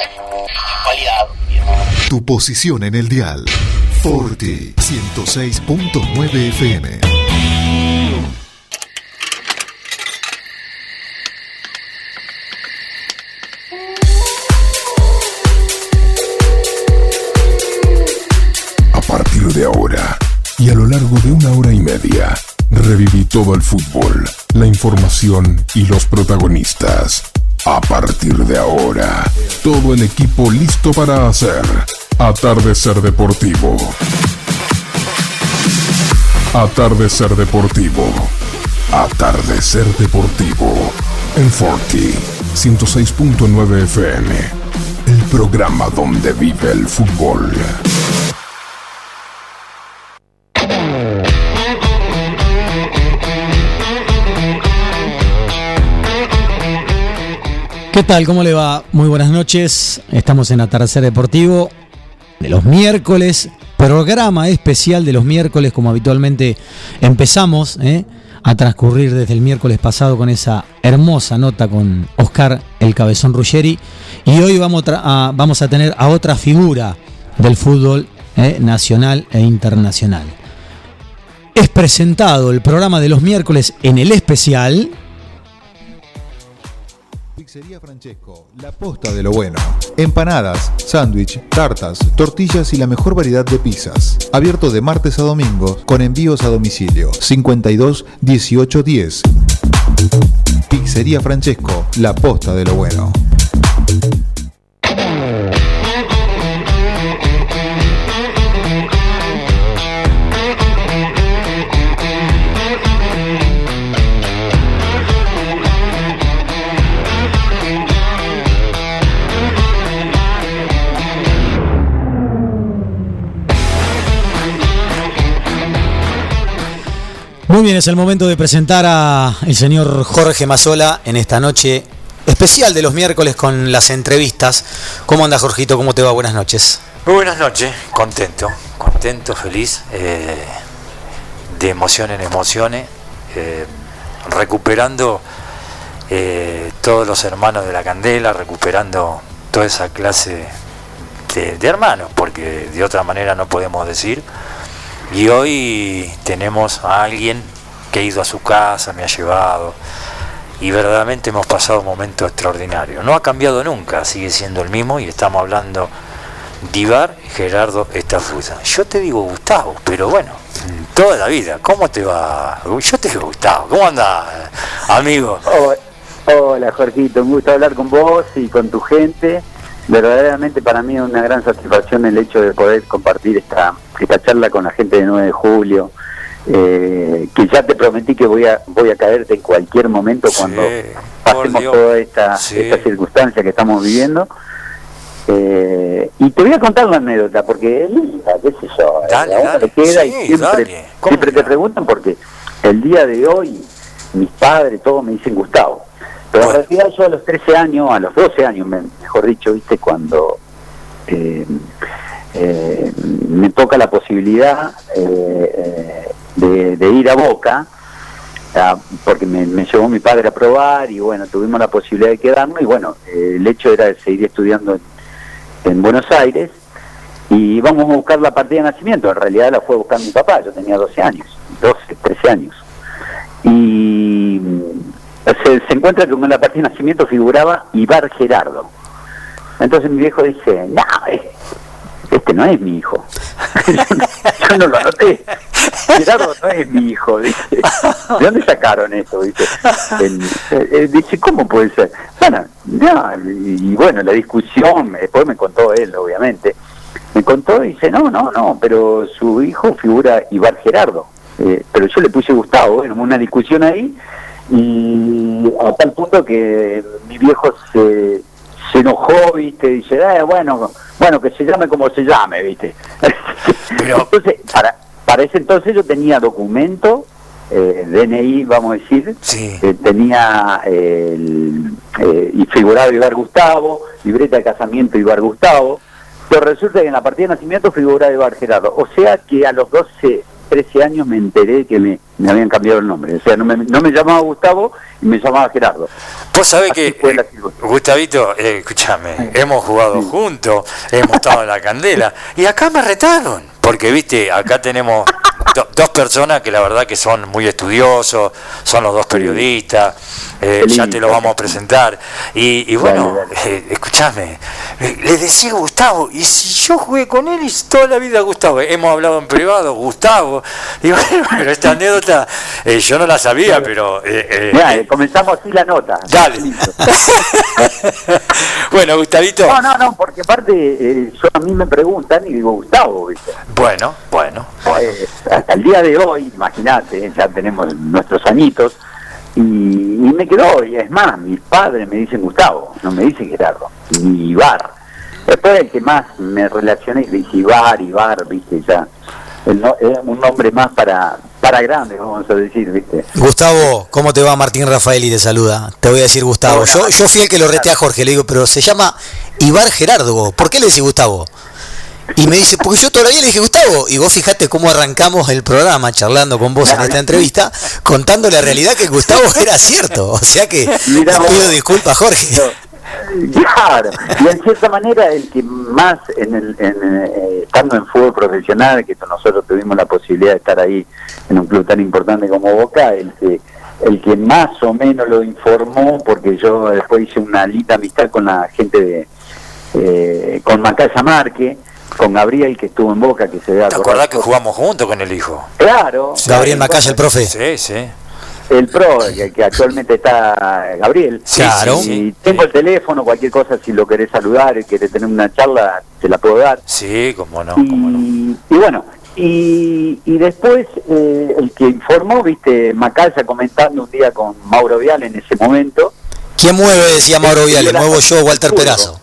Tu posición en el dial. Forti 106.9 FM. A partir de ahora y a lo largo de 1 hora y media, reviví todo el fútbol, la información y los protagonistas. A partir de ahora, todo el equipo listo para hacer Atardecer Deportivo. Atardecer Deportivo. Atardecer Deportivo. En Forti 106.9 FM. El programa donde vive el fútbol. ¿Qué tal? ¿Cómo le va? Muy buenas noches. Estamos en Atardecer Deportivo de los miércoles, programa especial de los miércoles, como habitualmente empezamos a transcurrir desde el miércoles pasado con esa hermosa nota con Oscar el Cabezón Ruggeri. Y hoy vamos a tener a otra figura del fútbol nacional e internacional. Es presentado el programa de los miércoles en el especial. Pizzería Francesco, la posta de lo bueno. Empanadas, sándwich, tartas, tortillas y la mejor variedad de pizzas. Abierto de martes a domingo con envíos a domicilio. 52 18 10. Pizzería Francesco, la posta de lo bueno. Muy bien, es el momento de presentar al señor Jorge Mazzola en esta noche especial de los miércoles con las entrevistas. ¿Cómo anda, Jorgito? ¿Cómo te va? Buenas noches. Muy buenas noches, contento, feliz, de emoción en emociones, recuperando todos los hermanos de la Candela, recuperando toda esa clase de hermanos, porque de otra manera no podemos decir. Y hoy tenemos a alguien que ha ido a su casa, me ha llevado, y verdaderamente hemos pasado un momento extraordinario. No ha cambiado nunca, sigue siendo el mismo, y estamos hablando de Ibar Gerardo Estafusa. Yo te digo Gustavo, pero bueno, toda la vida. ¿Cómo te va? Yo te digo Gustavo. ¿Cómo andás, amigo? Hola, Jorgito, un gusto hablar con vos y con tu gente. Verdaderamente para mí es una gran satisfacción el hecho de poder compartir esta charla con la gente de 9 de julio, que ya te prometí que voy a caerte en cualquier momento cuando pasemos toda esta circunstancia que estamos viviendo. Y te voy a contar una anécdota, porque es linda, qué sé yo, dale, queda, y siempre te preguntan, porque el día de hoy mis padres todos me dicen Gustavo. Pero en realidad yo a los 13 años, a los 12 años, mejor dicho, viste, cuando me toca la posibilidad de ir a Boca, porque me llevó mi padre a probar, y bueno, tuvimos la posibilidad de quedarnos, y bueno, el hecho era de seguir estudiando en Buenos Aires, y íbamos a buscar la partida de nacimiento. En realidad la fue a buscar mi papá, yo tenía 13 años, y se encuentra que en la partida de nacimiento figuraba Ibar Gerardo. Entonces mi viejo dice, no, este no es mi hijo. Yo no lo anoté. Gerardo no es mi hijo, dice. ¿De dónde sacaron eso? Dice, dice, ¿cómo puede ser? Bueno, ya, y bueno, la discusión, después me contó él, obviamente. Me contó y dice, no, pero su hijo figura Ibar Gerardo. Pero yo le puse Gustavo, bueno, una discusión ahí, y a tal punto que mi viejo se enojó, viste, dice, bueno, que se llame como se llame, viste. Pero entonces, para ese entonces yo tenía documento, DNI, vamos a decir, sí. Tenía y figuraba Ibar Gustavo, libreta de casamiento Ibar Gustavo, pero resulta que en la partida de nacimiento figuraba Ibar Gerardo, o sea que a los 12 13 años me enteré que me habían cambiado el nombre. O sea, no me llamaba Gustavo y me llamaba Gerardo. Vos sabés que, Gustavito, escúchame, hemos jugado juntos, hemos estado en la Candela, y acá me retaron, porque, viste, acá tenemos dos personas que la verdad que son muy estudiosos, son los dos periodistas, ya te lo vamos a presentar, y bueno, escúchame, le decía Gustavo, y si yo jugué con él y toda la vida Gustavo, hemos hablado en privado, Gustavo, y bueno, pero esta anécdota yo no la sabía, pero... comenzamos así la nota. Dale. Bueno, Gustavito. No, porque aparte a mí me preguntan y digo Gustavo, ¿viste? Bueno. Hasta el día de hoy, imagínate, ya tenemos nuestros añitos, y me quedó, y es más, mis padres me dicen Gustavo, no me dicen Gerardo, ni Ibar. Después el que más me relacioné dice Ibar, ¿viste? Ya es un nombre más para grandes, vamos a decir, ¿viste? Gustavo, ¿cómo te va? Martín Rafaeli te saluda. Te voy a decir Gustavo. Yo fui el que lo reté a Jorge, le digo, pero se llama Ibar Gerardo, ¿por qué le decís Gustavo? Y me dice, porque yo todavía le dije Gustavo, y vos fijate cómo arrancamos el programa charlando con vos en esta entrevista, contando la realidad que Gustavo era cierto, o sea que te pido disculpas, Jorge. Claro, y en cierta manera el que más estando en fútbol profesional, que nosotros tuvimos la posibilidad de estar ahí en un club tan importante como Boca, el que más o menos lo informó, porque yo después hice una linda amistad con la gente con Macaya Marque, con Gabriel, que estuvo en Boca, que se ve. ¿Te acordás que jugamos juntos con el hijo? Claro. Gabriel Macaya, el profe. Sí. El pro, que actualmente está Gabriel. Claro. Y tengo el teléfono, cualquier cosa, si lo querés saludar, querés tener una charla, te la puedo dar. Sí, cómo no. Y bueno, y después el que informó, viste, Macaya comentando un día con Mauro Viale en ese momento. ¿Quién mueve? Decía Mauro Viale, muevo yo, Walter Perazo.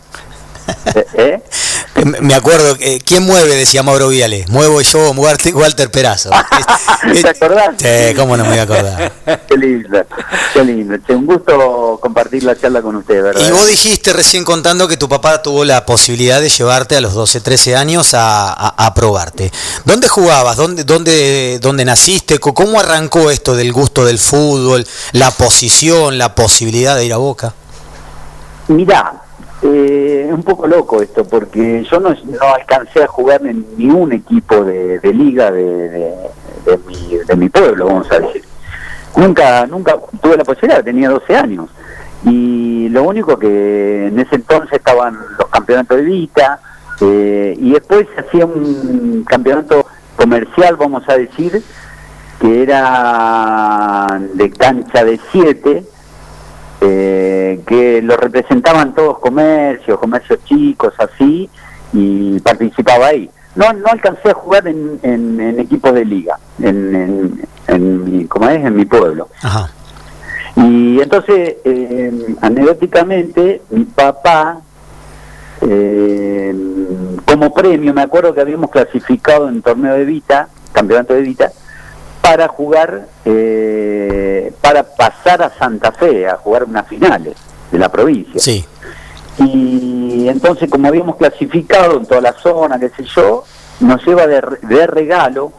Me acuerdo, ¿quién mueve? Decía Mauro Viale, muevo yo, Walter Perazo. ¿Te acordás? Sí, cómo no me voy a acordar. Qué lindo. Un gusto compartir la charla con ustedes, ¿verdad? Y vos dijiste recién contando que tu papá tuvo la posibilidad de llevarte a los 12, 13 años a probarte. ¿Dónde jugabas? ¿Dónde naciste? ¿Cómo arrancó esto del gusto del fútbol, la posición, la posibilidad de ir a Boca? Mirá, un poco loco esto, porque yo no alcancé a jugar en ningún equipo de liga de mi pueblo, vamos a decir. Nunca tuve la posibilidad, tenía 12 años. Y lo único que en ese entonces estaban los campeonatos de Vita, y después se hacía un campeonato comercial, vamos a decir, que era de cancha de 7, que lo representaban todos comercios chicos, así, y participaba ahí. No alcancé a jugar en equipos de liga, en mi pueblo. Ajá. Y entonces, anecdóticamente, mi papá, como premio, me acuerdo que habíamos clasificado en torneo de Vita, campeonato de Vita, para jugar, para pasar a Santa Fe, a jugar unas finales de la provincia. Sí. Y entonces, como habíamos clasificado en toda la zona, qué sé yo, nos lleva de regalo,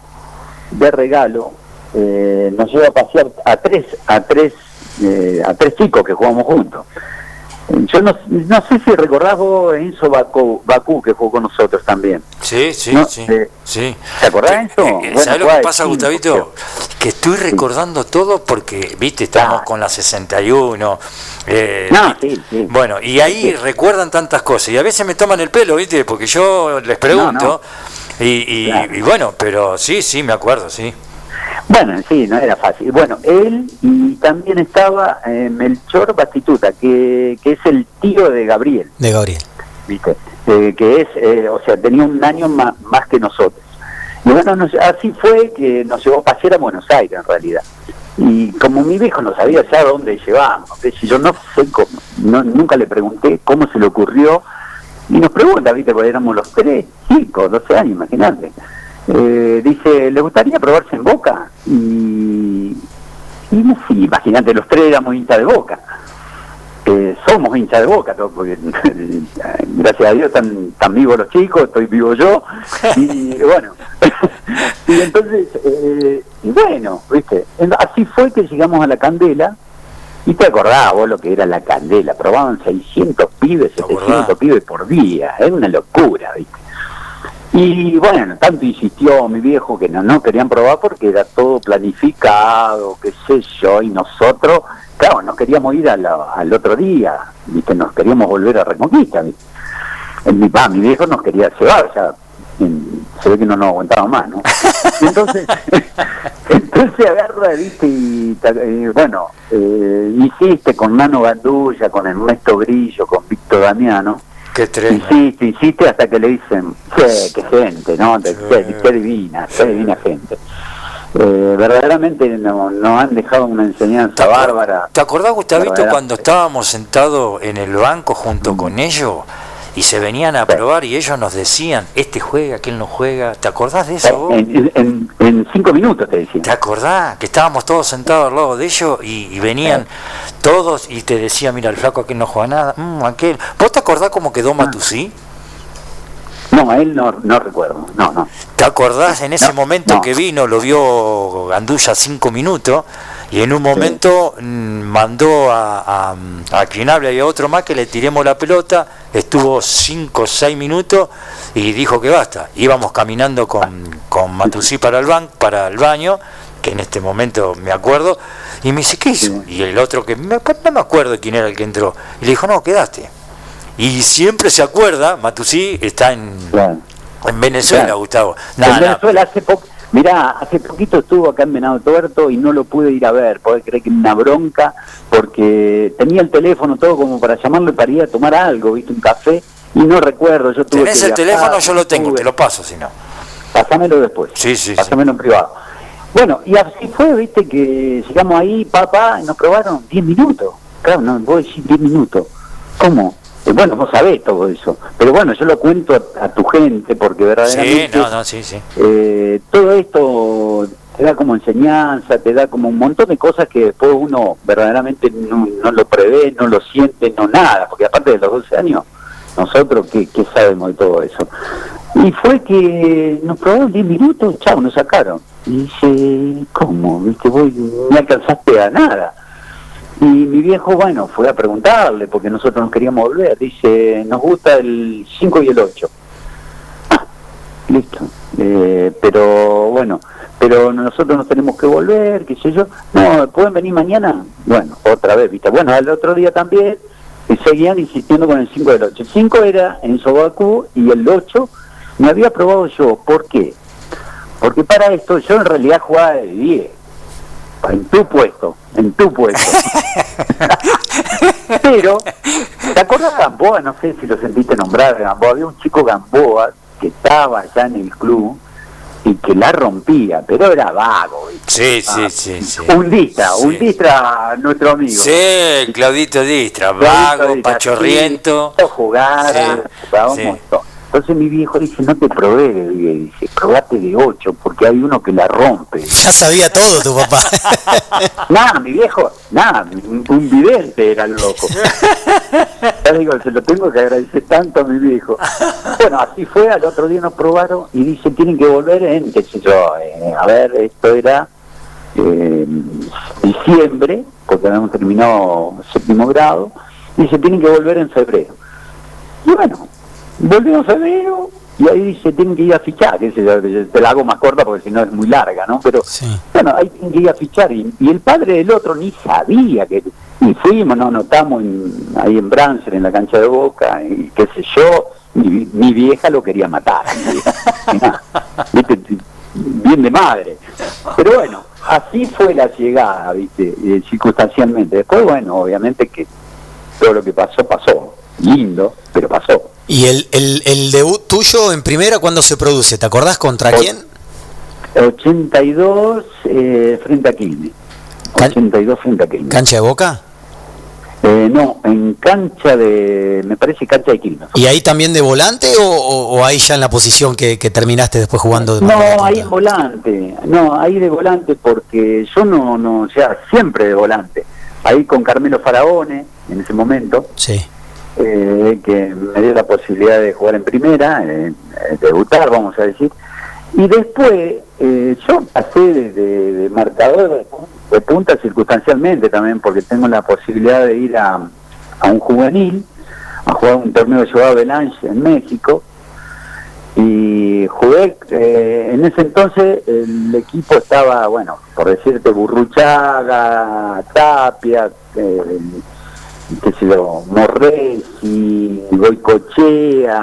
nos lleva a pasear a tres chicos que jugamos juntos. Yo no sé si recordás vos Enzo Bakú, que jugó con nosotros también. Sí. ¿Te acordás de eso? ¿Sabés lo que pasa, Gustavito? Que estoy recordando todo porque, viste, estamos con la 61. Sí. Bueno, y ahí recuerdan tantas cosas. Y a veces me toman el pelo, viste, porque yo les pregunto. Y bueno, pero sí, me acuerdo, sí. Bueno, sí, no era fácil. Bueno, él y también estaba Melchor Bastituta, que es el tío de Gabriel. De Gabriel. ¿Viste? Que es, o sea, tenía un año más que nosotros. Y bueno, así fue que nos llevó a pasear a Buenos Aires, en realidad. Y como mi viejo no sabía ya dónde llevábamos, yo no sé nunca le pregunté cómo se le ocurrió. Y nos pregunta, ¿viste? Porque éramos los 3 chicos, 12 años, imagínate. Dice, ¿le gustaría probarse en Boca? Y sí, imagínate, los 3 éramos hinchas de Boca. Somos hinchas de Boca, ¿no? Porque gracias a Dios están vivos los chicos, estoy vivo yo. Y bueno, Y entonces, y bueno, viste, así fue que llegamos a la Candela. Y te acordás vos lo que era la Candela, probaban 600 pibes, 700 pibes por día, era una locura, ¿viste? Y bueno, tanto insistió mi viejo que no querían probar porque era todo planificado, qué sé yo, y nosotros, claro, nos queríamos ir al otro día, ¿viste? Nos queríamos volver a Reconquista, ¿viste? Mi viejo nos quería llevar, ya se ve que no nos aguantaba más, ¿no? Entonces agarra, ¿viste? Y bueno, insiste con Nano Gandulla, con Ernesto Grillo, con Víctor Damiano. Qué tremendo. Insiste hasta que le dicen, qué gente, ¿no? Qué divina gente. Verdaderamente nos han dejado una enseñanza bárbara. ¿Te acordás, Gustavito, cuando estábamos sentados en el banco junto con ellos y se venían a probar y ellos nos decían, este juega, aquel no juega? ¿Te acordás de eso vos? En 5 minutos te decían. ¿Te acordás que estábamos todos sentados al lado de ellos y venían todos y te decían, mira, el flaco aquel no juega nada, aquel? ¿Vos te acordás cómo quedó Matusí? No, a él no recuerdo, no. ¿Te acordás en ese momento que vino, lo vio Gandulla 5 minutos y en un momento mandó a quien habla y a otro más que le tiremos la pelota, estuvo 5 o 6 minutos y dijo que basta? Íbamos caminando con Matusí para el baño, que en este momento me acuerdo, y me dice, ¿qué hizo? Y el otro que no me acuerdo quién era el que entró, y le dijo, no, quedaste. Y siempre se acuerda, Matusí está en Venezuela, Gustavo. En Venezuela hace poquito estuvo acá en Venado Tuerto y no lo pude ir a ver, podés creer que una bronca, porque tenía el teléfono todo como para llamarle para ir a tomar algo, viste, un café, y no recuerdo, yo tuve ¿Tenés el teléfono? Yo lo tengo, te lo paso si no. Pásamelo después. Sí. Pásamelo en privado. Bueno, y así fue, viste, que llegamos ahí, y nos probaron 10 minutos. Claro, no, vos decís 10 minutos. ¿Cómo? Bueno, vos sabés todo eso, pero bueno, yo lo cuento a tu gente porque verdaderamente sí. Todo esto te da como enseñanza, te da como un montón de cosas que después uno verdaderamente no lo prevé, no lo siente, no nada, porque aparte de los 12 años, nosotros ¿qué sabemos de todo eso? Y fue que nos probaron 10 minutos, chao, nos sacaron. Y dice, ¿cómo? ¿Viste? Vos no alcanzaste a nada. Y mi viejo, bueno, fue a preguntarle, porque nosotros nos queríamos volver. Dice, nos gusta el 5 y el 8. Listo. Pero nosotros nos tenemos que volver, qué sé yo. No, ¿pueden venir mañana? Bueno, otra vez, ¿viste? Bueno, al otro día también, y seguían insistiendo con el 5 y el 8. El 5 era en Sobacú y el 8 me había probado yo. ¿Por qué? Porque para esto yo en realidad jugaba de 10. En tu puesto. Pero, ¿te acuerdas de Gamboa? No sé si lo sentiste nombrar, Gamboa. Había un chico Gamboa que estaba allá en el club y que la rompía, pero era vago, ¿viste? Sí. Un Distra, nuestro amigo. Sí, Claudito Distra, vago, pachorriento. Jugar, todo. Entonces mi viejo dice, no te probé de 10, dice, probate de 8, porque hay uno que la rompe. Ya sabía todo tu papá. Mi viejo, un vidente era el loco. Ya digo, se lo tengo que agradecer tanto a mi viejo. Bueno, así fue, al otro día nos probaron y dice, tienen que volver en, qué sé yo, a ver, esto era diciembre, porque habíamos terminado 7º grado, y dice, tienen que volver en febrero. Y bueno, volvimos en febrero y ahí dice, tienen que ir a fichar, que te la hago más corta porque si no es muy larga, ¿no? Pero bueno, ahí tienen que ir a fichar y el padre del otro ni sabía que... Y fuimos, nos notamos ahí en Brancer, en la cancha de Boca, y qué sé yo, mi vieja lo quería matar. ¿Viste? Bien de madre. Pero bueno, así fue la llegada, ¿viste? Circunstancialmente. Después, bueno, obviamente que todo lo que pasó. Lindo, pero pasó. ¿Y el debut tuyo en primera cuándo se produce? ¿Te acordás contra quién? 82 frente a Quilmes. 82 frente a Quilmes. ¿Cancha de Boca? No, en cancha me parece cancha de Quilmes. ¿Y ahí también de volante o ahí ya en la posición que terminaste después jugando de No, ahí en volante. No, ahí de volante porque yo no, o sea, siempre de volante. Ahí con Carmelo Faraone, en ese momento. Sí. Que me dio la posibilidad de jugar en primera, debutar, vamos a decir, Y después yo pasé de marcador de punta circunstancialmente también, porque tengo la posibilidad de ir a un juvenil, a jugar un torneo llevado Belange en México, y jugué, en ese entonces el equipo estaba, bueno, por decirte, Burruchaga, Tapia, qué sé yo, Morresi, Goicochea,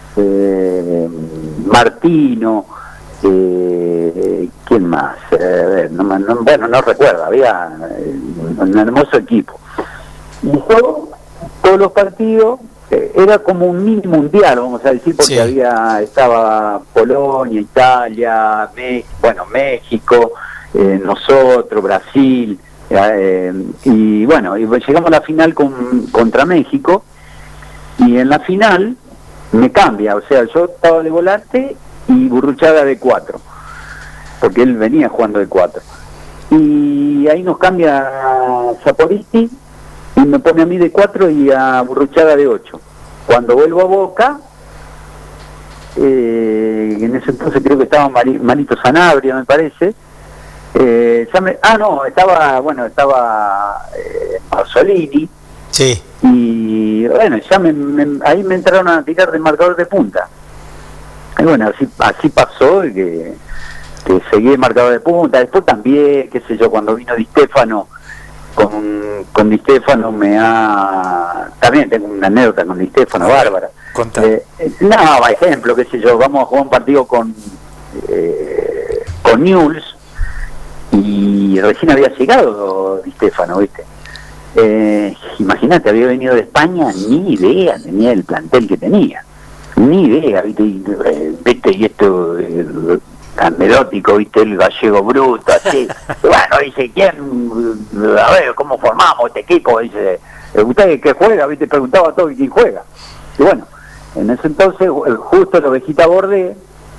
Martino, ¿quién más? No recuerdo, había un hermoso equipo. Y yo, todos los partidos, era como un mini mundial, vamos a decir, porque Sí. estaba Polonia, Italia, México, nosotros, Brasil, y bueno, y llegamos a la final contra México, y en la final me cambia, o sea, yo estaba de volante y Burruchaga de 4, porque él venía jugando de 4, y ahí nos cambia Saporiti y me pone a mí de 4 y a Burruchaga de 8. Cuando vuelvo a Boca, en ese entonces creo que estaba Marito Sanabria, me parece, estaba Marzolini, Sí. y bueno, ya ahí me entraron a tirar de marcador de punta. Y bueno, así pasó, que seguí de marcador de punta. Después también, qué sé yo, cuando vino Di Stefano, con Di Stefano también tengo una anécdota con Di Stefano, bárbara. Ejemplo, qué sé yo, vamos a jugar un partido con Newell's, y recién había llegado Di Stefano, ¿viste? Imagínate, había venido de España, ni idea tenía el plantel que tenía, ni idea, ¿viste? Y esto anecdótico, ¿viste? El gallego bruto, así. Y bueno, dice, a ver, ¿cómo formamos este equipo? Dice, ¿usted qué juega? ¿Viste? Preguntaba a todos quién juega. Y bueno, en ese entonces, justo el Ovejita Bordé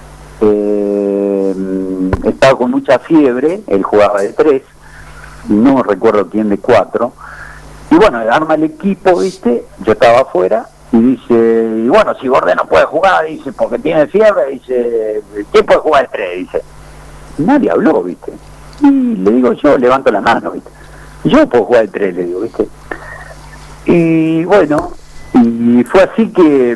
estaba con mucha fiebre, él jugaba de 3, no recuerdo quién de 4, y bueno, arma el equipo, ¿viste? Yo estaba afuera, y dice, y bueno, si Bordé no puede jugar, dice, porque tiene fiebre, dice, ¿quién puede jugar de 3? Dice, nadie habló, ¿viste? Y le digo yo, levanto la mano, ¿viste? Yo puedo jugar de 3, le digo, ¿viste? Y bueno, y fue así que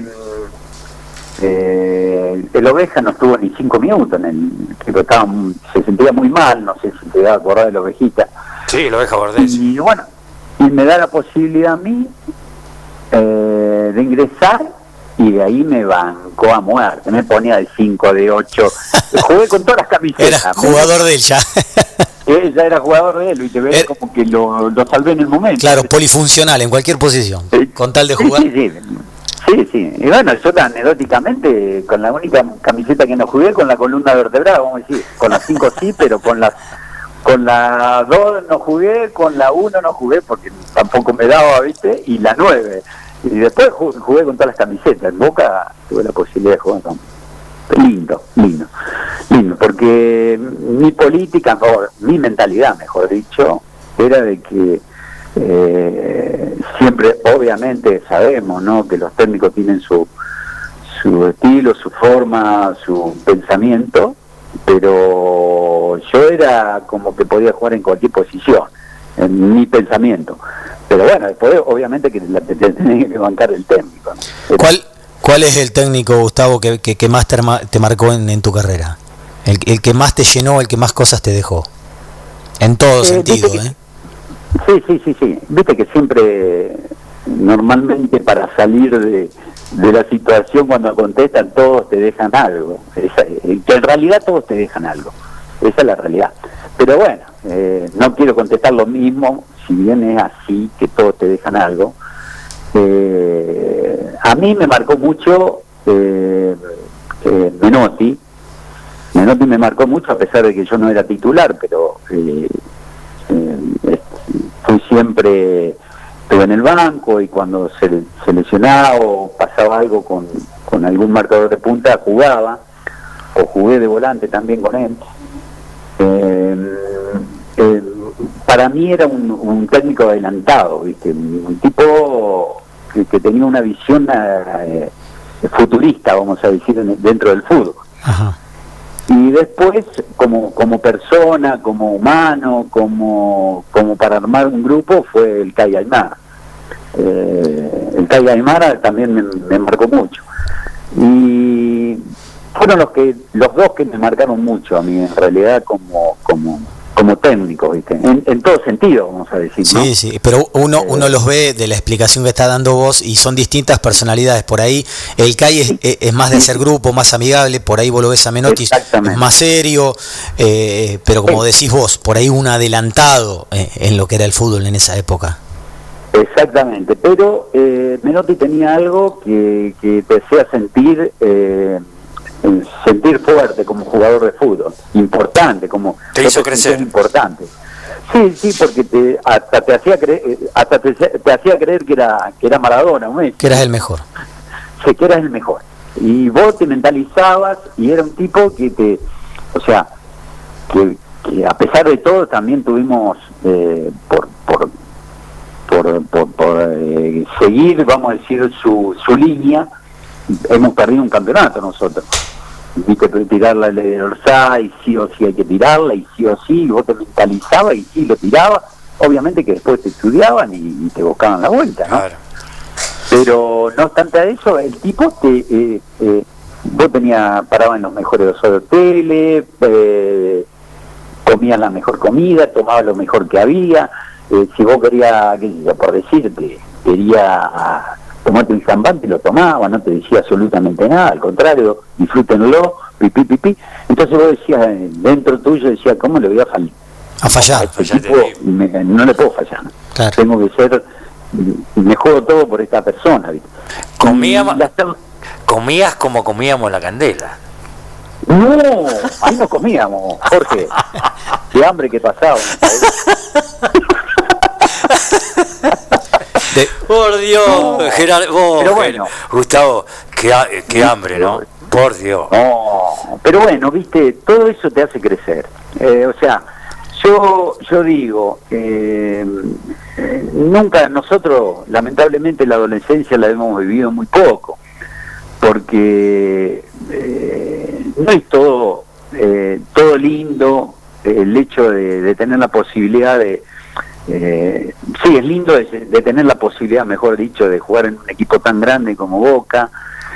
el Oveja no estuvo ni 5 minutos en el equipo, se sentía muy mal, no sé si te das a acordar del Ovejita. Sí, el Oveja Bordés. Y bueno, y me da la posibilidad a mí de ingresar, y de ahí me bancó a muerte, me ponía de 5, de 8, jugué con todas las camisetas. Era jugador de él ya. Ya era jugador de él, y te ves como que lo salvé en el momento. Claro, polifuncional en cualquier posición, con tal de jugar. Sí. Y bueno, yo anecdóticamente, con la única camiseta que no jugué, con la columna vertebral, vamos a decir, con las 5 sí, pero con la 2 no jugué, con la 1 no jugué, porque tampoco me daba, ¿viste? Y la 9. Y después jugué con todas las camisetas. En Boca tuve la posibilidad de jugar con... Lindo, porque mi política, mi mentalidad, mejor dicho, era de que siempre, obviamente, sabemos, ¿no?, que los técnicos tienen su estilo, su forma, su pensamiento, pero yo era como que podía jugar en cualquier posición, en mi pensamiento. Pero bueno, después, obviamente, que tenía que bancar el técnico, ¿no? ¿Cuál es el técnico, Gustavo, que más te marcó en tu carrera? El que más te llenó, el que más cosas te dejó. En todo sentido, ¿eh? Sí. Viste que siempre, normalmente, para salir de la situación, cuando contestan, todos te dejan algo. Que en realidad todos te dejan algo. Esa es la realidad. Pero bueno, no quiero contestar lo mismo, si bien es así, que todos te dejan algo. A mí me marcó mucho Menotti. Menotti me marcó mucho, a pesar de que yo no era titular, pero fui siempre, estuve en el banco, y cuando se lesionaba o pasaba algo con algún marcador de punta, jugaba, o jugué de volante también con él. Para mí era un técnico adelantado, ¿viste? Un tipo que tenía una visión futurista, vamos a decir, dentro del fútbol. Ajá. Y después, como persona, como humano, como para armar un grupo, fue el Cay Aymara. El Cay Aymara también me marcó mucho. Y fueron los dos que me marcaron mucho a mí, en realidad, como técnico, ¿viste? En todo sentido, vamos a decir, ¿no? Sí, sí, pero uno los ve de la explicación que está dando vos y son distintas personalidades. Por ahí el Cay es más de hacer grupo, más amigable, por ahí vos lo ves a Menotti, es más serio, pero como decís vos, por ahí un adelantado en lo que era el fútbol en esa época. Exactamente, pero Menotti tenía algo que te hacía sentir fuerte como jugador de fútbol, importante, como te hizo crecer, importante. Sí, porque hasta te hacía creer que era Maradona, ¿no? Que eras el mejor. Sí, que eras el mejor. Y vos te mentalizabas y era un tipo que que a pesar de todo también tuvimos por seguir, vamos a decir, su línea, hemos perdido un campeonato nosotros. Viste, tirar la ley de Orsay, sí o sí hay que tirarla, y sí o sí, vos te mentalizabas y sí lo tirabas. Obviamente que después te estudiaban y te buscaban la vuelta, ¿no? Claro. Pero no obstante a eso, el tipo vos parabas en los mejores hoteles, comías la mejor comida, tomabas lo mejor que había. Si vos querías, por decirte, tomate un champán, te lo tomaba, no te decía absolutamente nada, al contrario, disfrútenlo, pipí. Entonces vos decías, dentro tuyo decías, ¿cómo le voy a fallar? A fallar. Este tipo, no le puedo fallar. Claro. Tengo que ser, me juego todo por esta persona, ¿viste? Comías como comíamos la Candela. No, ahí no comíamos, Jorge. Qué hambre que pasaba. Por Dios, no, Gerardo, pero bueno, Gustavo, qué hambre, ¿no? Por Dios. No, pero bueno, viste, todo eso te hace crecer. Yo digo, nunca nosotros, lamentablemente, la adolescencia la hemos vivido muy poco, porque no es todo lindo el hecho de tener la posibilidad de sí, es lindo de tener la posibilidad, mejor dicho, de jugar en un equipo tan grande como Boca,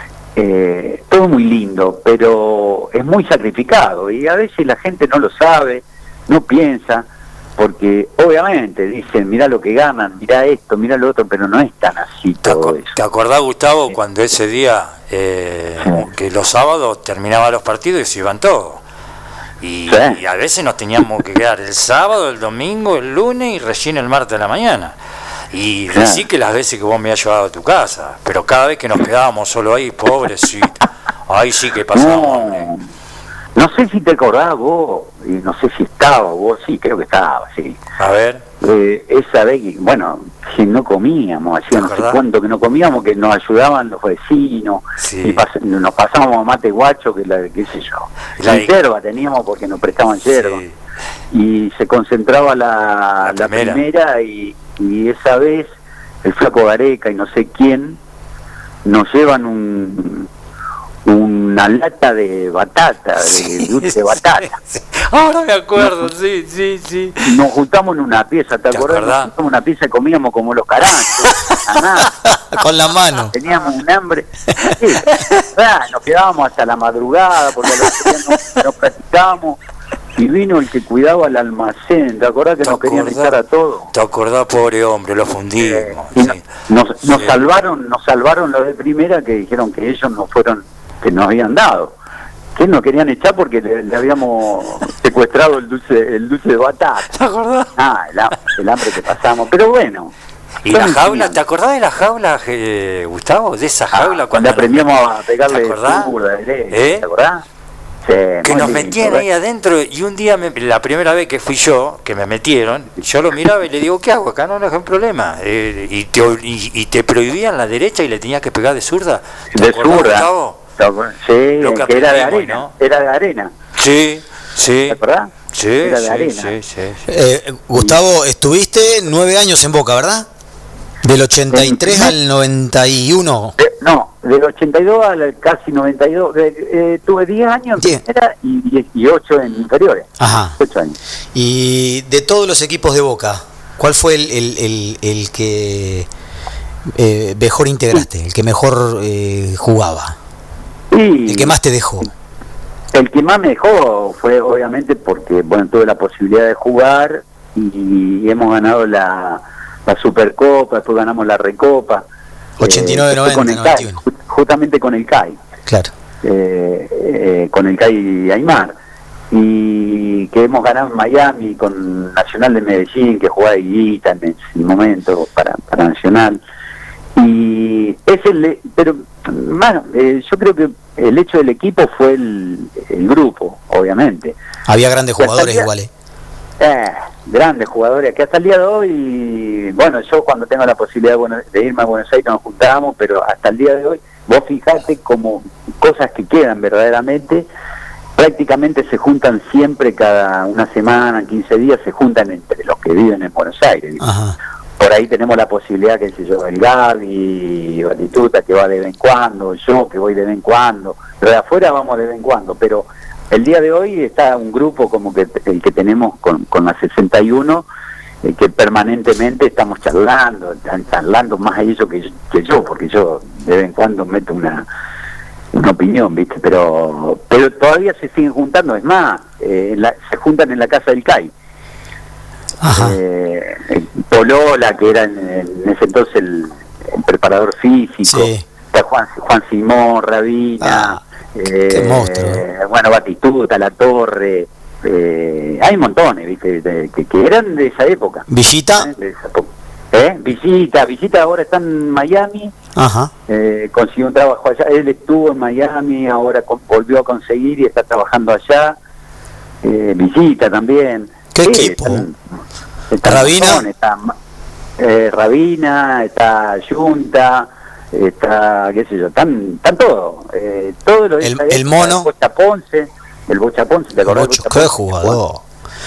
todo muy lindo, pero es muy sacrificado y a veces la gente no lo sabe, no piensa, porque obviamente dicen, mirá lo que ganan, mirá esto, mirá lo otro, pero no es tan así todo eso. ¿Te acordás, Gustavo, cuando ese día que los sábados terminaban los partidos y se iban todos? Y a veces nos teníamos que quedar el sábado, el domingo, el lunes y recién el martes de la mañana. Y decí que las veces que vos me has llevado a tu casa, pero cada vez que nos quedábamos solo ahí, pobrecito, ahí sí que pasábamos. No sé si te acordás vos, y no sé si estaba vos, sí, creo que estaba, sí. A ver. Esa vez, bueno, si no comíamos, hacía no sé cuánto que no comíamos, que nos ayudaban los vecinos, y nos pasábamos mate guacho, qué sé yo. La hierba teníamos porque nos prestaban hierba. Sí. Y se concentraba la primera y esa vez el Flaco Gareca y no sé quién nos llevan una lata de batata, de dulce de batata. Sí. Ahora me acuerdo, sí. Nos juntamos en una pieza, ¿te acordás? Nos juntamos en una pieza y comíamos como los caranchos, con la mano. Teníamos un hambre. Sí. Nos quedábamos hasta la madrugada porque nos practicábamos. Y vino el que cuidaba el almacén, ¿te acordás que nos querían echar a todos? ¿Te acordás, pobre hombre? Lo fundimos. Nos salvaron los de primera, que dijeron que ellos no fueron, que nos habían dado. Que nos querían echar porque le habíamos secuestrado el dulce de batata. ¿Te acordás? El hambre que pasamos, pero bueno. ¿Y la jaula? ¿Te acordás de la jaula, Gustavo? De esa jaula cuando aprendíamos a pegarle fútbol, ¿te acordás? Sí, que nos metían ahí adentro y un día, la primera vez que fui yo, que me metieron, yo lo miraba y le digo, ¿qué hago? Acá no es un problema. Y te prohibían la derecha y le tenías que pegar de zurda. De zurda. Sí, que era de arena, ¿no? Era de arena. Sí. ¿Te acordás? Sí, era de arena. Sí. Gustavo, estuviste 9 años en Boca, ¿verdad? Del 83 al 91. No, del 82 al casi 92, tuve 10 años en primera y 8 en inferiores. Ajá. 8 años. Y de todos los equipos de Boca, ¿cuál fue el que mejor integraste, el que mejor jugaba? Y el que más te dejó. El que más me dejó fue obviamente porque, bueno, tuve la posibilidad de jugar y hemos ganado la Supercopa, después ganamos la Recopa. 89, 90, 91. Justamente con el CAI. Claro. Con el CAI Aymar. Y que hemos ganado en Miami con Nacional de Medellín, que jugaba de guita en ese momento para Nacional. Y pero bueno, yo creo que el hecho del equipo fue el grupo, obviamente. Había grandes jugadores iguales. Grandes jugadores, que hasta el día de hoy, bueno, yo cuando tengo la posibilidad de irme a Buenos Aires nos juntamos, pero hasta el día de hoy, vos fijate como cosas que quedan verdaderamente, prácticamente se juntan siempre cada una semana, 15 días, se juntan entre los que viven en Buenos Aires. Ajá. Por ahí tenemos la posibilidad, que sé yo, el Gaby, Batistuta, que va de vez en cuando, yo que voy de vez en cuando, pero de afuera vamos de vez en cuando, pero el día de hoy está un grupo como que el que tenemos con la 61, que permanentemente estamos charlando más a ellos que yo, porque yo de vez en cuando meto una opinión, ¿viste? Pero todavía se siguen juntando, es más, se juntan en la casa del CAI. Polola, que era en ese entonces el preparador físico, sí. Está Juan Simón, Rabina, qué monstruo. Bueno, Batistuta, La Torre, hay montones, ¿viste? Que eran de esa época. ¿Villita? Villita ahora está en Miami. Ajá. Consiguió un trabajo allá, él estuvo en Miami, ahora volvió a conseguir y está trabajando allá. Villita también. ¿Qué equipo? Está Rabina. Está Rabina, está Junta, está, qué sé yo, están todos. Todo lo el Mono. El Bocha Ponce, ¿te acordás? Qué jugador.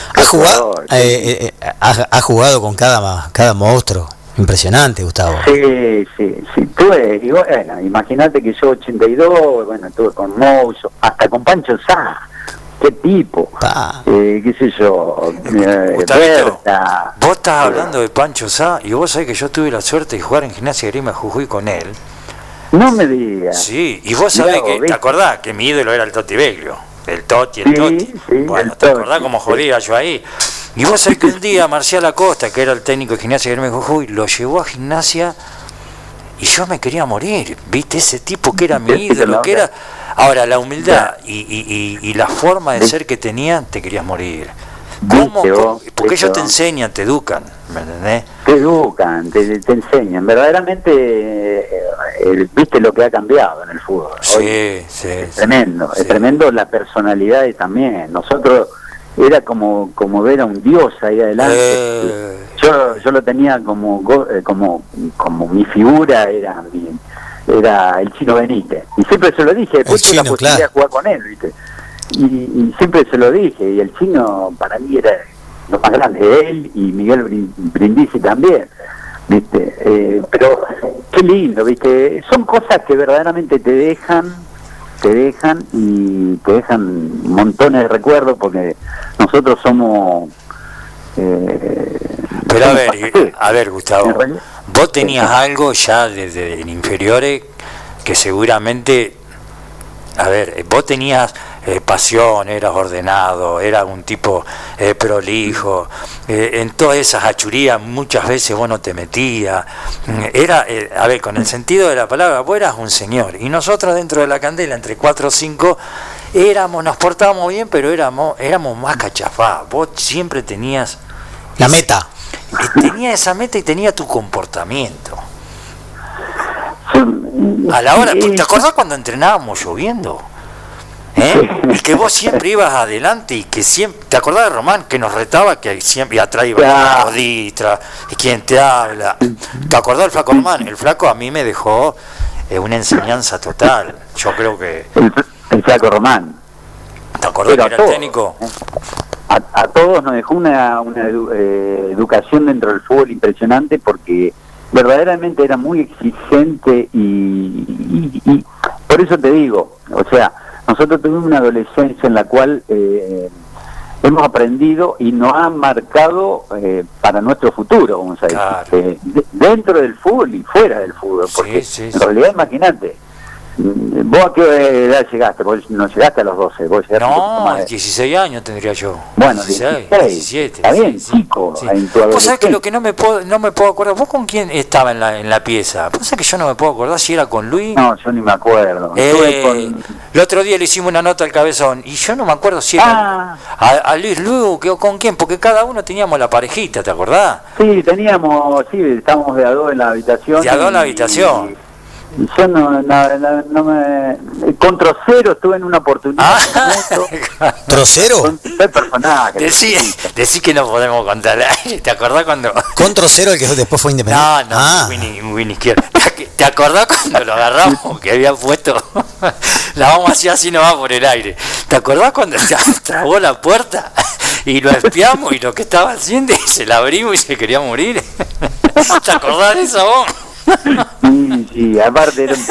Ha jugado con cada monstruo. Impresionante, Gustavo. Sí. Tuve, y bueno, imagínate que yo 82, bueno, estuve con Mouso, hasta con Pancho Sá. ¿Qué tipo? ¿Qué sé yo? Berta, vos estás hablando de Pancho Sá y vos sabés que yo tuve la suerte de jugar en Gimnasia de Grima Jujuy con él. No me digas. Sí, y vos sabés que, ¿te acordás? Que mi ídolo era el Toti Beglio. El Toti. Sí, bueno, ¿te acordás cómo jodía yo ahí? Y vos sabés que un día Marcial Acosta, que era el técnico de Gimnasia de Grima Jujuy, lo llevó a Gimnasia y yo me quería morir. ¿Viste? Ese tipo que era mi ídolo, que era... Ahora, la humildad y la forma de ser que tenían, te querías morir. ¿Cómo? Porque ellos te enseñan, te educan, ¿me entendés? Te educan, te enseñan. Verdaderamente, viste lo que ha cambiado en el fútbol. Sí. Es tremendo la personalidad también. Nosotros era como ver a un dios ahí adelante. Yo lo tenía como mi figura, era el Chino Benítez, y siempre se lo dije, después tuve la posibilidad de jugar con él, ¿viste? Y siempre se lo dije, y el Chino para mí era lo más grande, él y Miguel Brindisi también, ¿viste? Pero qué lindo, ¿viste? Son cosas que verdaderamente te dejan montones de recuerdos, porque nosotros somos... Pero a ver, Gustavo, vos tenías algo ya desde inferiores que seguramente, vos tenías pasión, eras ordenado, eras un tipo prolijo, en todas esas achurías muchas veces vos no te metías, con el sentido de la palabra, vos eras un señor, y nosotros dentro de la Candela, entre 4 o 5, nos portábamos bien, pero éramos más cachafados. Vos siempre tenías la meta. Tenía esa meta y tenía tu comportamiento. A la hora, ¿te acordás cuando entrenábamos lloviendo? Y que vos siempre ibas adelante y que siempre, ¿te acordás de Román que nos retaba que siempre y atrás iba Rodistra y quien te habla? ¿Te acordás del Flaco Román? El Flaco a mí me dejó una enseñanza total. Yo creo que el Flaco Román. ¿Te acordás que era el técnico? A todos nos dejó una educación dentro del fútbol impresionante, porque verdaderamente era muy exigente y por eso te digo, o sea, nosotros tuvimos una adolescencia en la cual hemos aprendido y nos han marcado para nuestro futuro, vamos a decir, claro. Dentro del fútbol y fuera del fútbol, porque sí, en realidad imagínate, ¿vos a qué edad llegaste? Vos no llegaste a los 12, vos llegaste no, 16 años tendría yo. Bueno, 16, 17. Está bien, chico, sí. en tu adolescencia. Vos sabés que lo que no me puedo acordar, ¿vos con quién estaba en la pieza? Vos sabés que yo no me puedo acordar si era con Luis. No, yo ni me acuerdo. El otro día le hicimos una nota al Cabezón y yo no me acuerdo si era a Luis Luque o con quién, porque cada uno teníamos la parejita, ¿te acordás? Sí, estábamos de a dos en la habitación. De a dos en la habitación. Yo no me... Con Trocero estuve en una oportunidad. ¿Trocero? Con personaje. Decí que no podemos contar. ¿Te acordás cuando...? ¿Con Trocero el que después fue independiente? No, Winnie Izquierdo. ¿Te acordás cuando lo agarramos? Que había puesto... La vamos a hacer así, no va por el aire. ¿Te acordás cuando trabó la puerta? Y lo espiamos y lo que estaba haciendo, se la abrimos y se quería morir. ¿Te acordás de eso vos? Sí, aparte era un